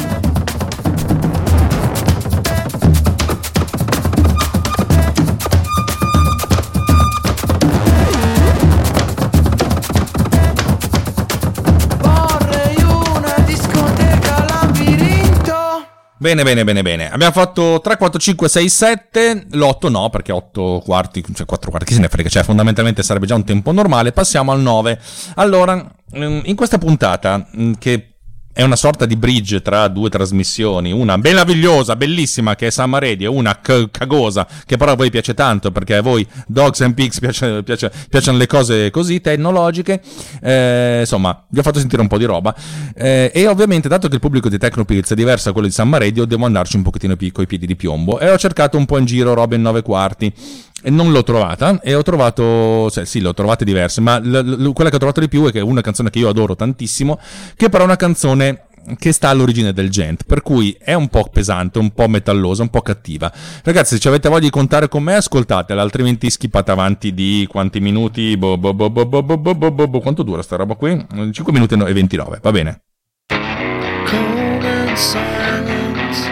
Speaker 4: Bene. Abbiamo fatto 3, 4, 5, 6, 7. L'8 no, perché 8 quarti, cioè 4 quarti, chi se ne frega, cioè fondamentalmente sarebbe già un tempo normale. Passiamo al 9. Allora, in questa puntata, che è una sorta di bridge tra due trasmissioni, una meravigliosa, bellissima, che è Summer Radio, e una cagosa, che però a voi piace tanto, perché a voi Dogs and Pigs piacciono le cose così tecnologiche. Insomma, vi ho fatto sentire un po' di roba, e ovviamente, dato che il pubblico di Tecnopills è diverso da quello di Summer Radio, devo andarci un pochettino coi piedi di piombo, e ho cercato un po' in giro robe in 9 quarti. E non l'ho trovata, e ho trovato, cioè sì, le ho trovate diverse, ma quella che ho trovato di più è che è una canzone che io adoro tantissimo, che però è una canzone che sta all'origine del gent, per cui è un po' pesante, un po' metallosa, un po' cattiva. Ragazzi, se avete voglia di contare con me, ascoltatela, altrimenti skippate avanti di quanti minuti, quanto dura sta roba qui? 5 minuti e 29, va bene.
Speaker 7: Cold and silence,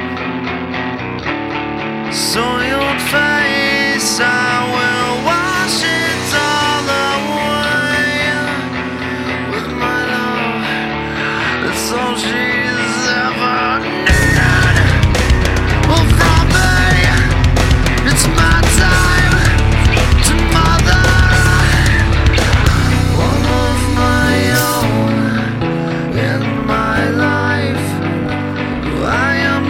Speaker 7: so your face, I will wash it all away with my love. That's all she's ever needed. Well, from me, it's my time to mother one of my own in my life.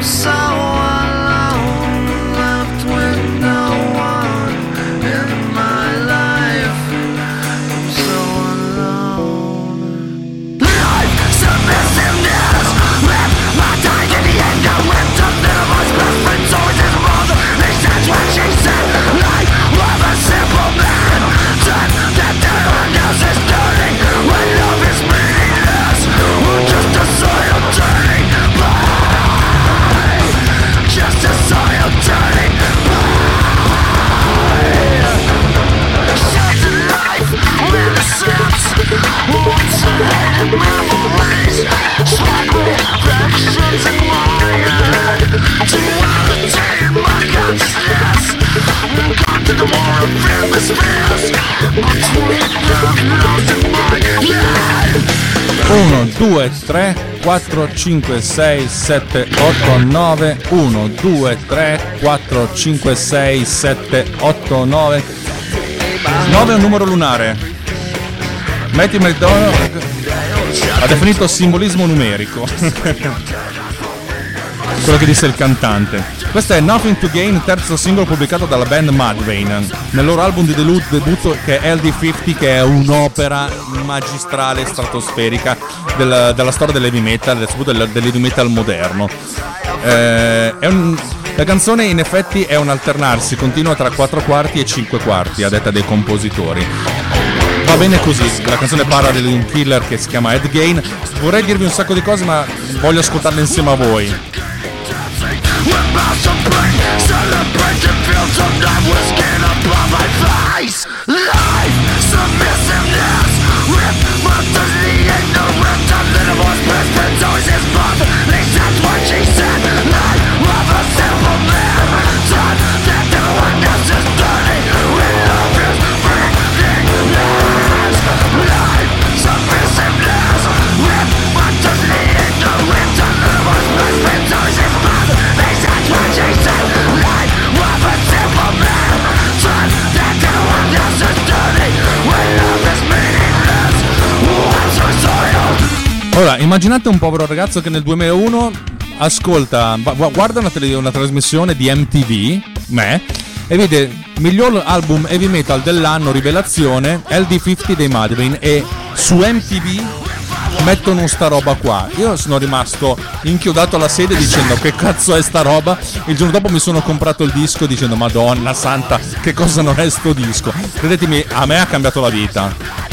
Speaker 7: I'm so alone, left with no one in my life. I'm so alone. Life, submissiveness, left my time in the end. I went to minimize best friend, so it is mother. That's what she said. Life of a simple man. Time that everyone else is dirty. When love is meaningless, we're just a soil turning by. Just a soil turning by. Shades of life, innocence, once ahead in memories. Swapping reflections in my head. Duality in my consciousness. Got to the more of hemispheres. Between the lost in my head.
Speaker 4: 1, 2, 3, 4, 5, 6, 7, 8, 9. 1, 2, 3, 4, 5, 6, 7, 8, 9. 9 è un numero lunare. Matthew McDonald ha definito simbolismo numerico. Quello che disse il cantante. Questo è Nothing to Gain, terzo singolo pubblicato dalla band Mudvayne nel loro album di debutto che è LD50, che è un'opera magistrale stratosferica della storia dell'heavy metal, dell'heavy metal moderno. La canzone in effetti è un alternarsi continuo tra 4 quarti e 5 quarti, a detta dei compositori. Va bene così, la canzone parla di un killer che si chiama Ed Gein. Vorrei dirvi un sacco di cose, ma voglio ascoltarle insieme a voi.
Speaker 7: Celebrating fields of night with skin above my face. Life, submissiveness, rip monsters, the ignorant, unlivable best friends, always his mother. At least that's what she said. Life of a simple man, son that everyone else is dirty. When love is meaningless. Life, submissiveness, rip monsters, the ignorant, unlivable best friends, always his mother. At least that's what she said. Life of a simple man, son that everyone else is dirty. When love is meaningless. I'm so soiled.
Speaker 4: Ora, immaginate un povero ragazzo che nel 2001 ascolta, guarda una trasmissione di MTV, e vede miglior album heavy metal dell'anno, rivelazione, LD50 dei Mudvayne, e su MTV mettono sta roba qua. Io sono rimasto inchiodato alla sedia dicendo che cazzo è sta roba. Il giorno dopo mi sono comprato il disco dicendo Madonna santa, che cosa non è sto disco. Credetemi, a me ha cambiato la vita.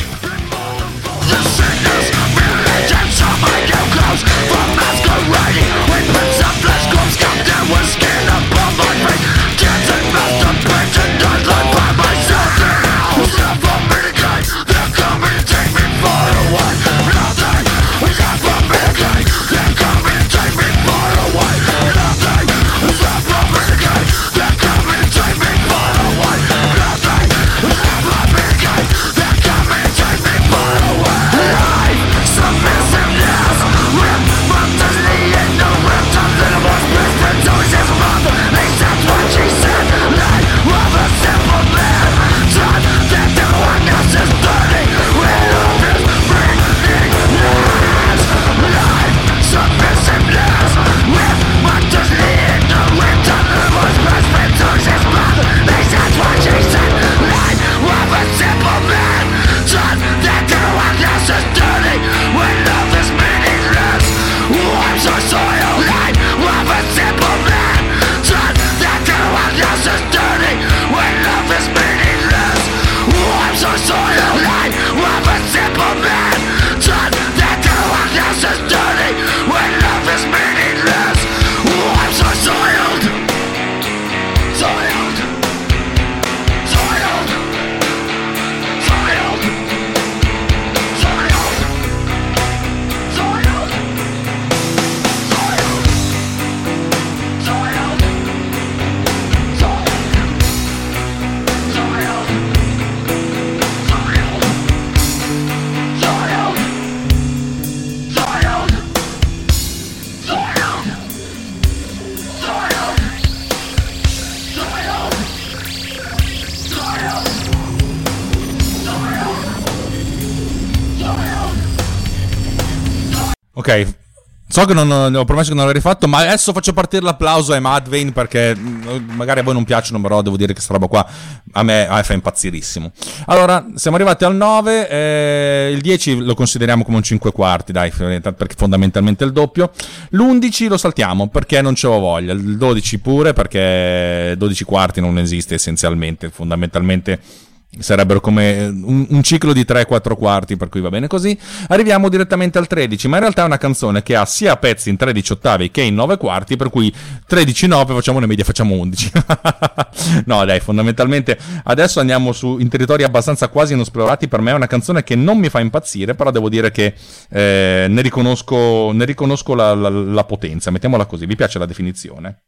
Speaker 4: Ok, So che non ho promesso che non l'avrei fatto, ma adesso faccio partire l'applauso ai Mudvayne, perché magari a voi non piacciono, però devo dire che sta roba qua a me fa impazzirissimo. Allora, siamo arrivati al 9, il 10 lo consideriamo come un 5 quarti, dai, perché fondamentalmente è il doppio. L'11 lo saltiamo perché non c'avevo voglia, il 12 pure perché 12 quarti non esiste essenzialmente, fondamentalmente sarebbero come un ciclo di 3-4 quarti, per cui va bene così. Arriviamo direttamente al 13, ma in realtà è una canzone che ha sia pezzi in 13 ottavi che in 9 quarti, per cui 13-9 facciamo una media, facciamo 11. No dai, fondamentalmente adesso andiamo in territori abbastanza quasi inesplorati. Per me è una canzone che non mi fa impazzire, però devo dire che ne riconosco la potenza, mettiamola così. Vi piace la definizione?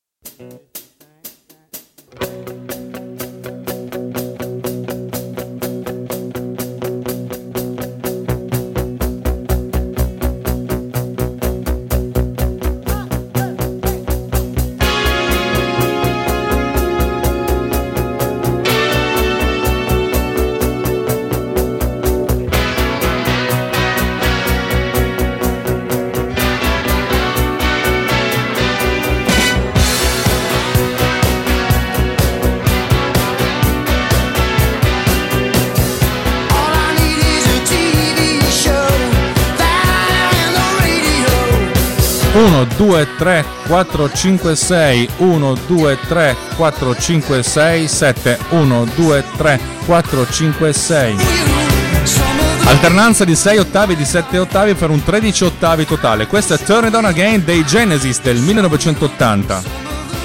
Speaker 4: Uno, 2, 3, 4, 5, 6, 1, 2, 3, 4, 5, 6, 7, 1, 2, 3, 4, 5, 6. Alternanza di 6 ottavi e di 7 ottavi per un 13 ottavi totale. Questo è Turn It On Again dei Genesis del 1980.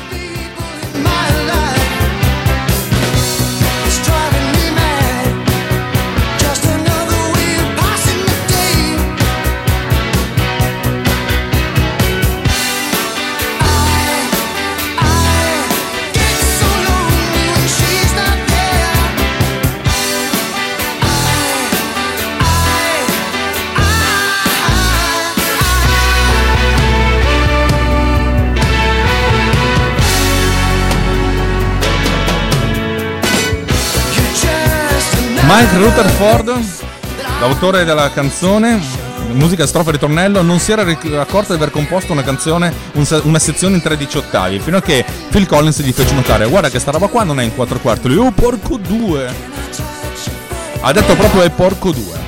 Speaker 4: Mike Rutherford, l'autore della canzone, musica, strofa e ritornello, non si era accorto di aver composto una canzone, una sezione in 13 ottavi, fino a che Phil Collins gli fece notare: guarda che sta roba qua non è in 4 quarti. Lui, oh porco due, ha detto proprio è porco due.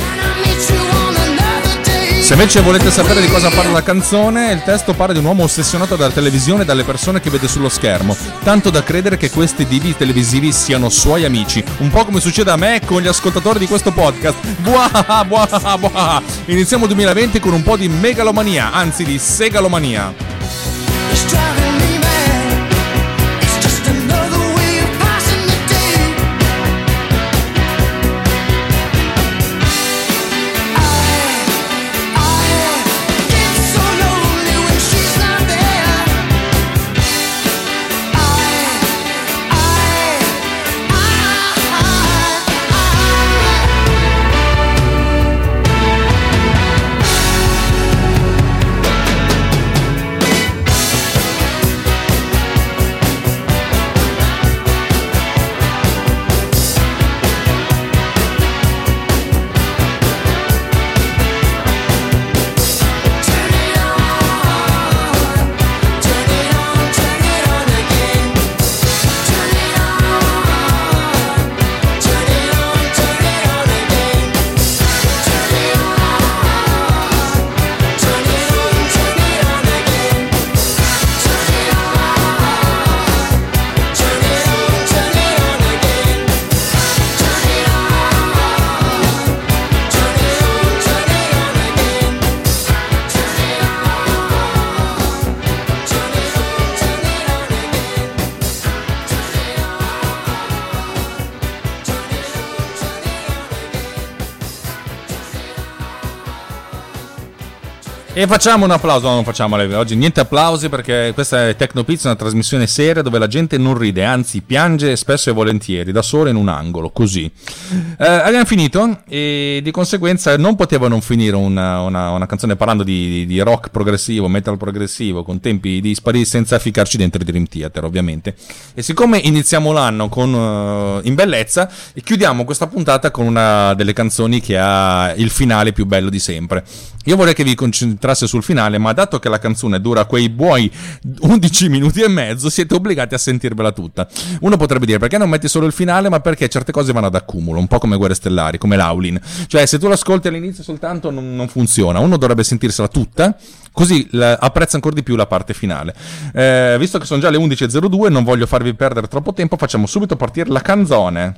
Speaker 4: Se invece volete sapere di cosa parla la canzone, il testo parla di un uomo ossessionato dalla televisione e dalle persone che vede sullo schermo, tanto da credere che questi divi televisivi siano suoi amici, un po' come succede a me con gli ascoltatori di questo podcast. Buah, buah, buah. Iniziamo 2020 con un po' di megalomania, anzi di segalomania. E facciamo un applauso, no, non facciamo oggi niente applausi, perché questa è Tecnopizza, una trasmissione seria dove la gente non ride, anzi piange spesso e volentieri, da sola in un angolo, così. Abbiamo finito e di conseguenza non poteva non finire una canzone parlando di rock progressivo, metal progressivo, con tempi dispari, senza ficcarci dentro il Dream Theater, ovviamente. E siccome iniziamo l'anno in bellezza, chiudiamo questa puntata con una delle canzoni che ha il finale più bello di sempre. Io vorrei che vi concentrasse sul finale, ma dato che la canzone dura quei buoni 11 minuti e mezzo, siete obbligati a sentirvela tutta. Uno potrebbe dire, perché non metti solo il finale? Ma perché certe cose vanno ad accumulo, un po' come Guerre Stellari, come l'Aulin. Cioè, se tu l'ascolti all'inizio soltanto non funziona. Uno dovrebbe sentirsela tutta, così apprezza ancora di più la parte finale. Visto che sono già le 11.02, non voglio farvi perdere troppo tempo, facciamo subito partire la canzone.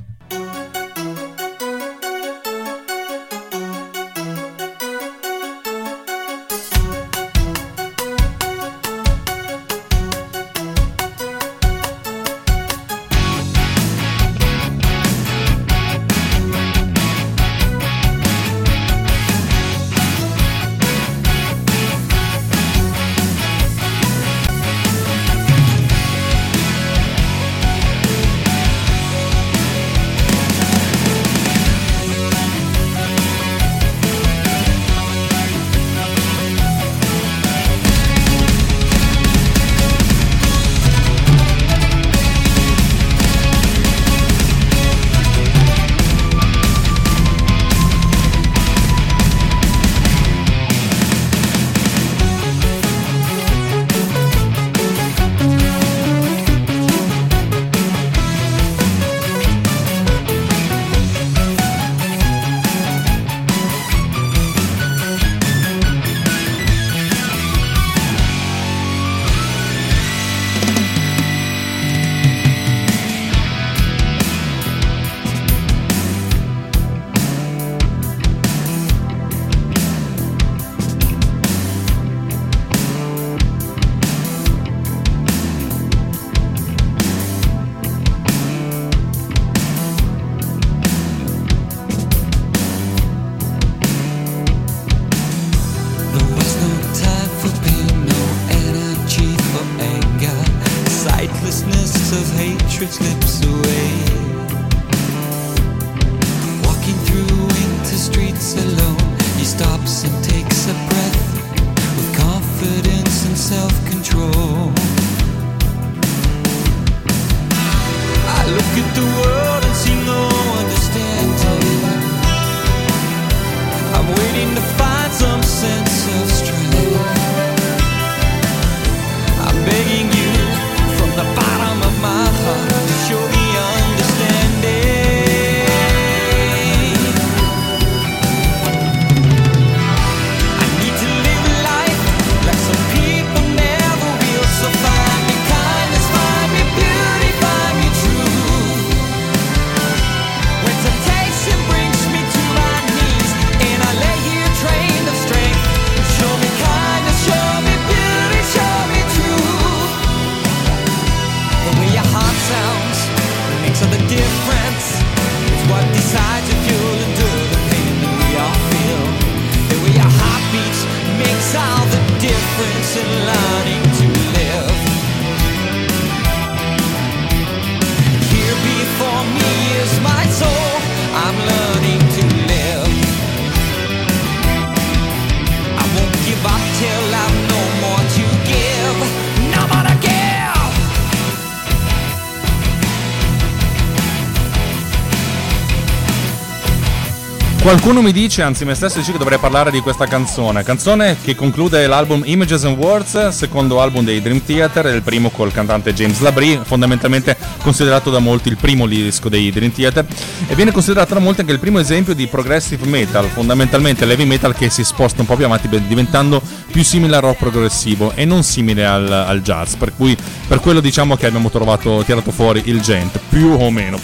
Speaker 4: Qualcuno mi dice, anzi me stesso dice che dovrei parlare di questa canzone che conclude l'album Images and Words, secondo album dei Dream Theater, il primo col cantante James Labrie, fondamentalmente considerato da molti il primo disco dei Dream Theater, e viene considerato da molti anche il primo esempio di progressive metal, fondamentalmente l'heavy metal che si sposta un po' più avanti diventando più simile al rock progressivo e non simile al jazz, per quello diciamo che abbiamo tirato fuori il Gent, più o meno.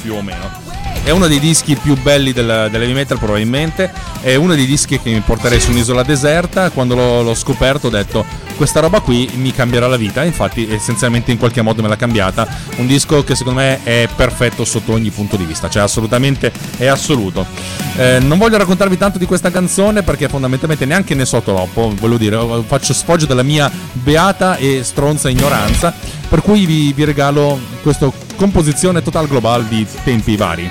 Speaker 4: È uno dei dischi più belli dell'heavy metal probabilmente, è uno dei dischi che mi porterei su un'isola deserta. Quando l'ho scoperto ho detto questa roba qui mi cambierà la vita, infatti essenzialmente in qualche modo me l'ha cambiata. Un disco che secondo me è perfetto sotto ogni punto di vista, cioè assolutamente è assoluto. Non voglio raccontarvi tanto di questa canzone perché fondamentalmente neanche ne so troppo, voglio dire, faccio sfoggio della mia beata e stronza ignoranza, per cui vi regalo questa composizione total global di tempi vari.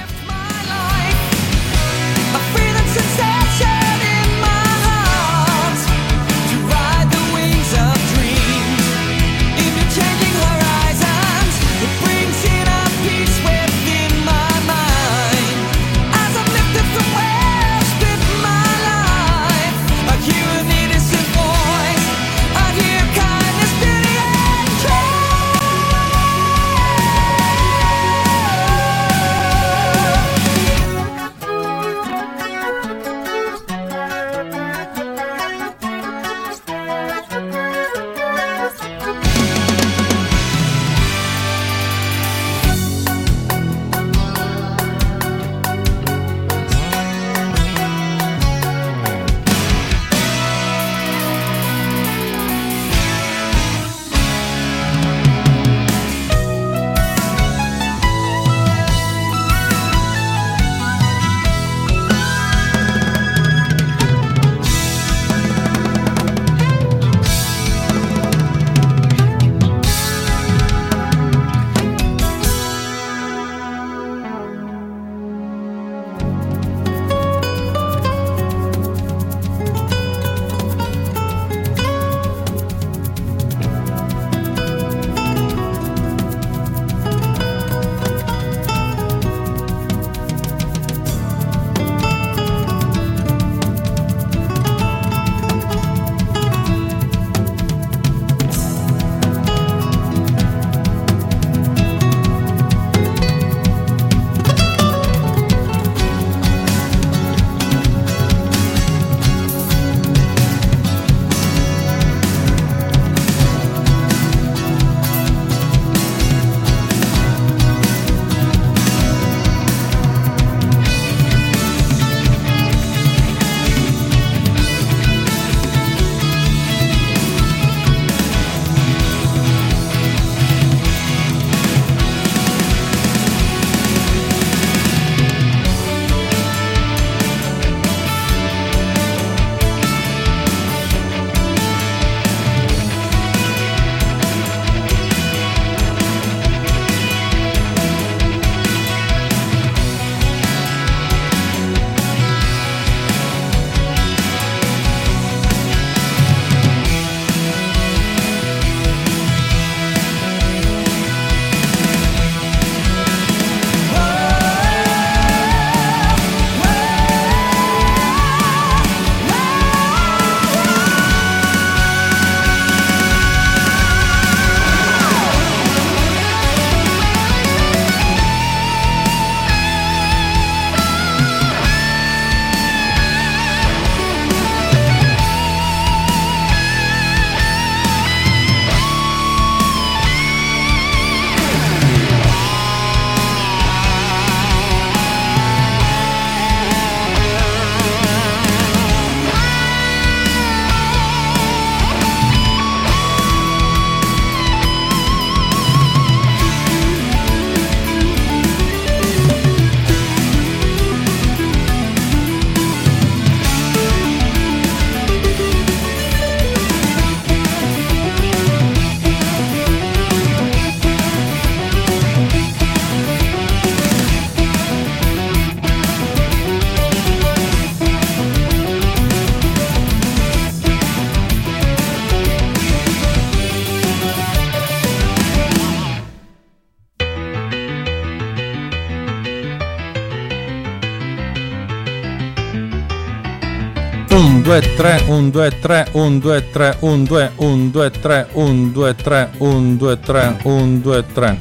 Speaker 6: You need
Speaker 4: 1, 2, 3, 1, 2, 3, 1, 2, 3, 1, 2, 1, 2, 3, 1, 2, 3, 1, 2, 3, 1, 2, 3.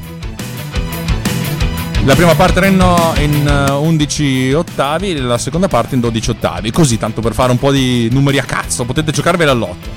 Speaker 4: La prima parte era in 11 ottavi, la seconda parte in 12 ottavi. Così, tanto per fare un po' di numeri a cazzo, potete giocarvela all'otto.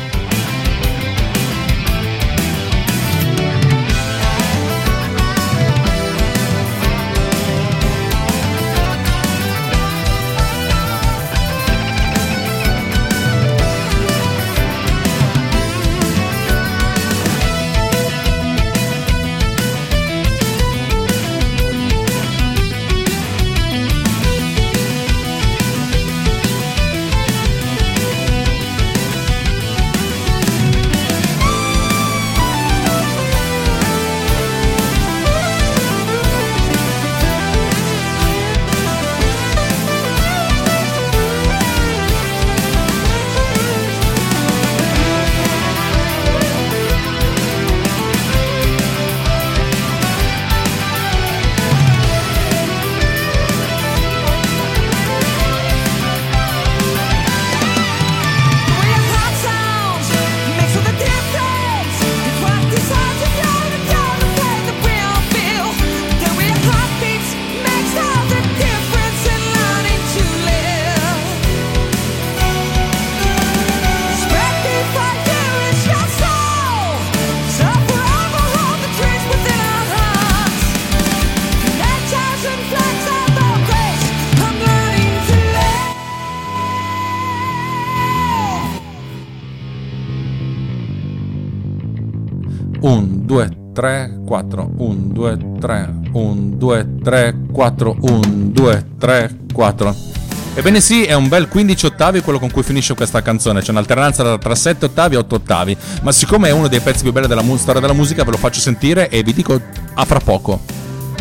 Speaker 4: Un, due, 3, 4, 1, 2, 3, 1, 2, 3, 4, 1, 2, 3, 4. Ebbene sì, è un bel 15 ottavi quello con cui finisce questa canzone. C'è un'alternanza tra 7 ottavi e 8 ottavi. Ma siccome è uno dei pezzi più belli della storia della musica, ve lo faccio sentire e vi dico a fra poco.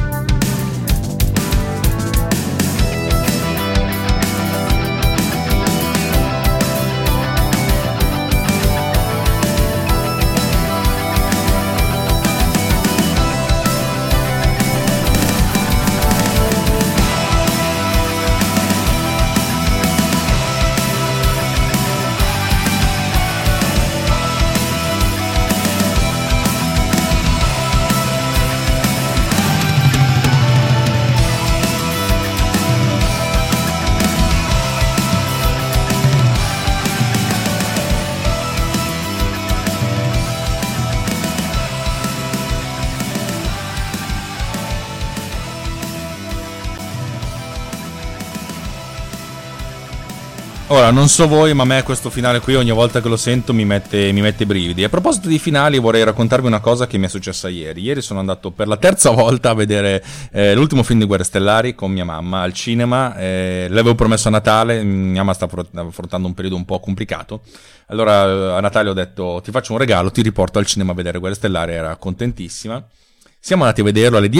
Speaker 4: Ora, non so voi, ma a me questo finale qui ogni volta che lo sento mi mette i brividi. A proposito di finali, vorrei raccontarvi una cosa che mi è successa ieri. Ieri sono andato per la terza volta a vedere l'ultimo film di Guerre Stellari con mia mamma al cinema. L'avevo promesso a Natale, mia mamma sta affrontando un periodo un po' complicato. Allora a Natale ho detto: ti faccio un regalo, ti riporto al cinema a vedere Guerre Stellari. Era contentissima. Siamo andati a vederlo alle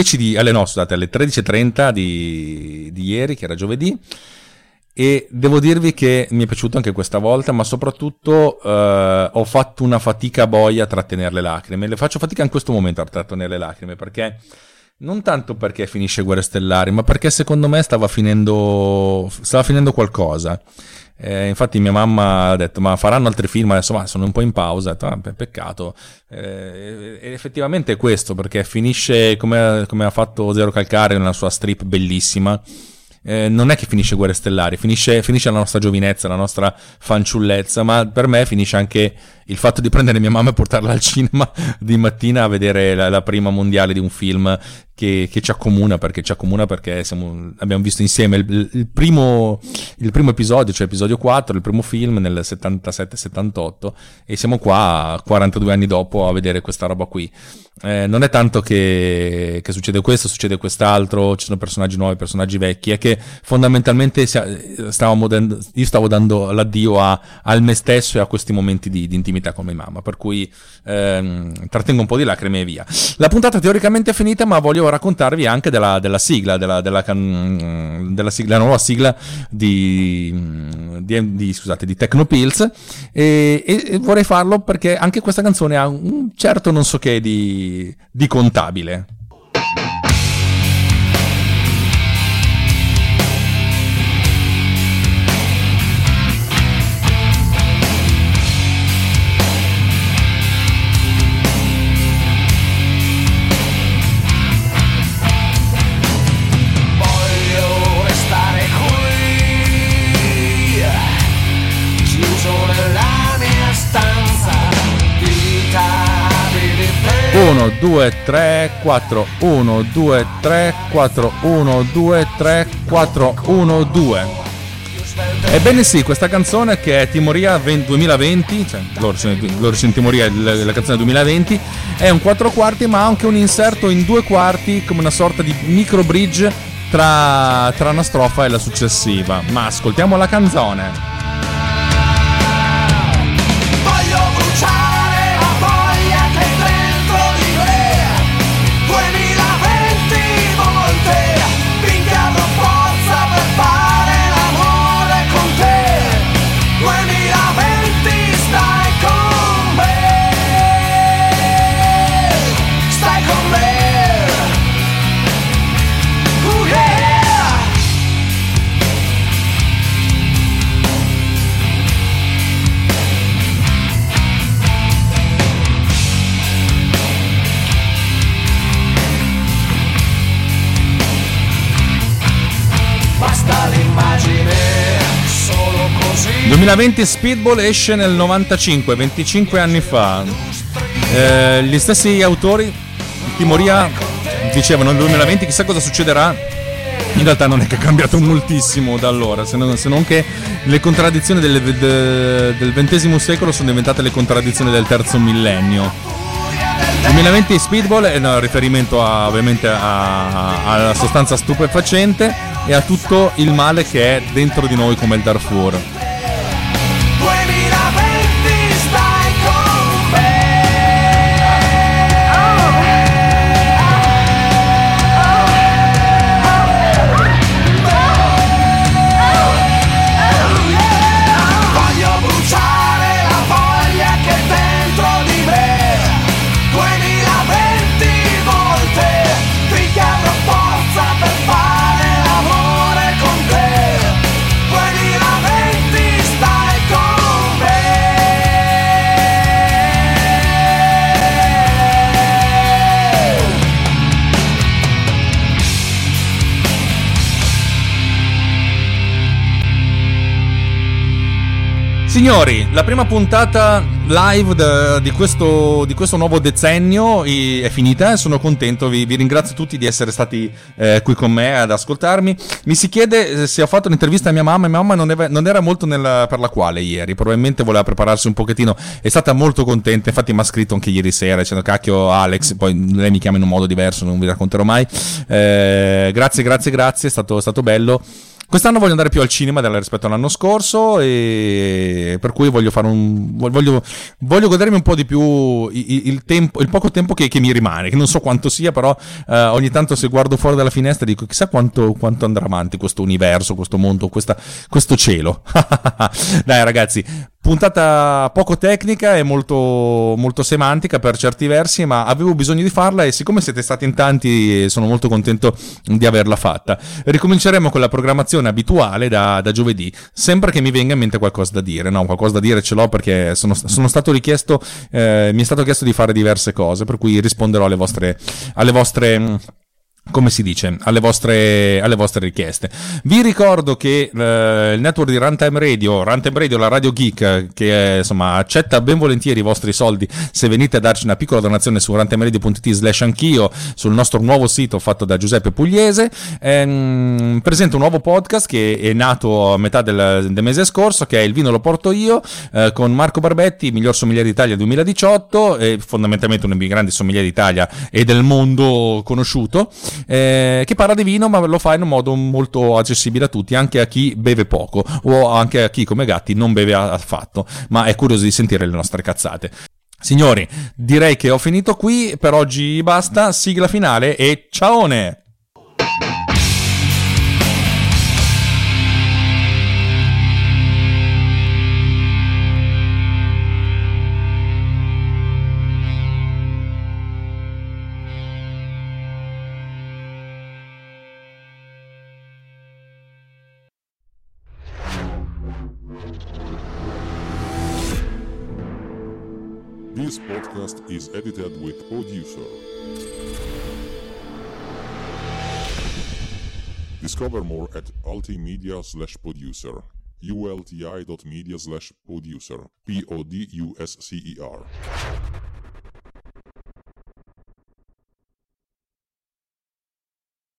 Speaker 4: 13:30 di ieri, che era giovedì. E devo dirvi che mi è piaciuto anche questa volta, ma soprattutto ho fatto una fatica boia a trattenere le lacrime. Le faccio fatica in questo momento a trattenere le lacrime, perché non tanto perché finisce Guerre Stellari, ma perché secondo me stava finendo qualcosa. Infatti mia mamma ha detto: ma faranno altri film adesso? Ma sono un po' in pausa. Ho detto, peccato. E effettivamente è questo, perché finisce come ha fatto Zero Calcare nella sua strip bellissima. Non è che finisce Guerre Stellari, finisce la nostra giovinezza, la nostra fanciullezza, ma per me finisce anche il fatto di prendere mia mamma e portarla al cinema di mattina a vedere la prima mondiale di un film che ci accomuna perché abbiamo visto insieme il primo episodio, cioè episodio 4, il primo film nel 77-78, e siamo qua 42 anni dopo a vedere questa roba qui. Non è tanto che succede questo, succede quest'altro, ci sono personaggi nuovi, personaggi vecchi, è che fondamentalmente io stavo dando l'addio al me stesso e a questi momenti di intimità con mia mamma, per cui trattengo un po' di lacrime e via. La puntata teoricamente è finita, ma voglio raccontarvi anche della sigla, della nuova sigla di Technopills, e vorrei farlo perché anche questa canzone ha un certo non so che di contabile. 1 2 3 4 1 2 3 4 1 2 3 4 1 2. Ebbene sì, questa canzone che è Timoria 2020, cioè loro sono in Timoria, la canzone 2020, è un 4/4 ma ha anche un inserto in 2/4 come una sorta di micro bridge tra una strofa e la successiva. Ma ascoltiamo la canzone.
Speaker 6: Basta l'immagine, solo così.
Speaker 4: 2020 Speedball esce nel 95, 25 anni fa. Gli stessi autori, Timoria, dicevano nel 2020 chissà cosa succederà. In realtà non è che è cambiato moltissimo da allora, se non che le contraddizioni del XX secolo sono diventate le contraddizioni del terzo millennio. 2020 Speedball è un riferimento ovviamente alla sostanza stupefacente e a tutto il male che è dentro di noi come il Darfur.
Speaker 6: 2020 stai con me. Voglio bruciare la voglia che è dentro di me. 2020 volte finché avrò forza per fare l'amore con te. 2020 stai con me.
Speaker 4: Signori, la prima puntata live di questo nuovo decennio è finita e sono contento, vi ringrazio tutti di essere stati qui con me ad ascoltarmi. Mi si chiede se ho fatto un'intervista a mia mamma non era molto per la quale ieri, probabilmente voleva prepararsi un pochettino, è stata molto contenta, infatti mi ha scritto anche ieri sera dicendo cacchio Alex, poi lei mi chiama in un modo diverso, non vi racconterò mai. Grazie, è stato bello. Quest'anno voglio andare più al cinema rispetto all'anno scorso e per cui voglio godermi un po' di più il poco tempo che mi rimane, che non so quanto sia, però ogni tanto se guardo fuori dalla finestra dico chissà quanto andrà avanti questo universo, questo mondo, questo cielo. Dai ragazzi, puntata poco tecnica e molto, molto semantica per certi versi, ma avevo bisogno di farla e siccome siete stati in tanti sono molto contento di averla fatta. Ricominceremo con la programmazione abituale da giovedì, sempre che mi venga in mente qualcosa da dire. No, qualcosa da dire ce l'ho perché sono stato richiesto, mi è stato chiesto di fare diverse cose, per cui risponderò alle vostre come si dice, alle vostre richieste. Vi ricordo che il network di Runtime Radio, la Radio Geek, che insomma accetta ben volentieri i vostri soldi se venite a darci una piccola donazione su runtimeradio.it/anch'io, sul nostro nuovo sito fatto da Giuseppe Pugliese, presenta un nuovo podcast che è nato a metà del mese scorso, che è Il vino lo porto io, con Marco Barbetti, miglior sommelier d'Italia 2018, e fondamentalmente uno dei grandi sommelier d'Italia e del mondo conosciuto, che parla di vino ma lo fa in un modo molto accessibile a tutti, anche a chi beve poco o anche a chi come Gatti non beve affatto ma è curioso di sentire le nostre cazzate. Signori, direi che ho finito qui, per oggi basta, sigla finale e ciaone!
Speaker 3: This podcast is edited with Producer. Discover more at ultimedia/producer. ulti.media/producer. PODUSCER.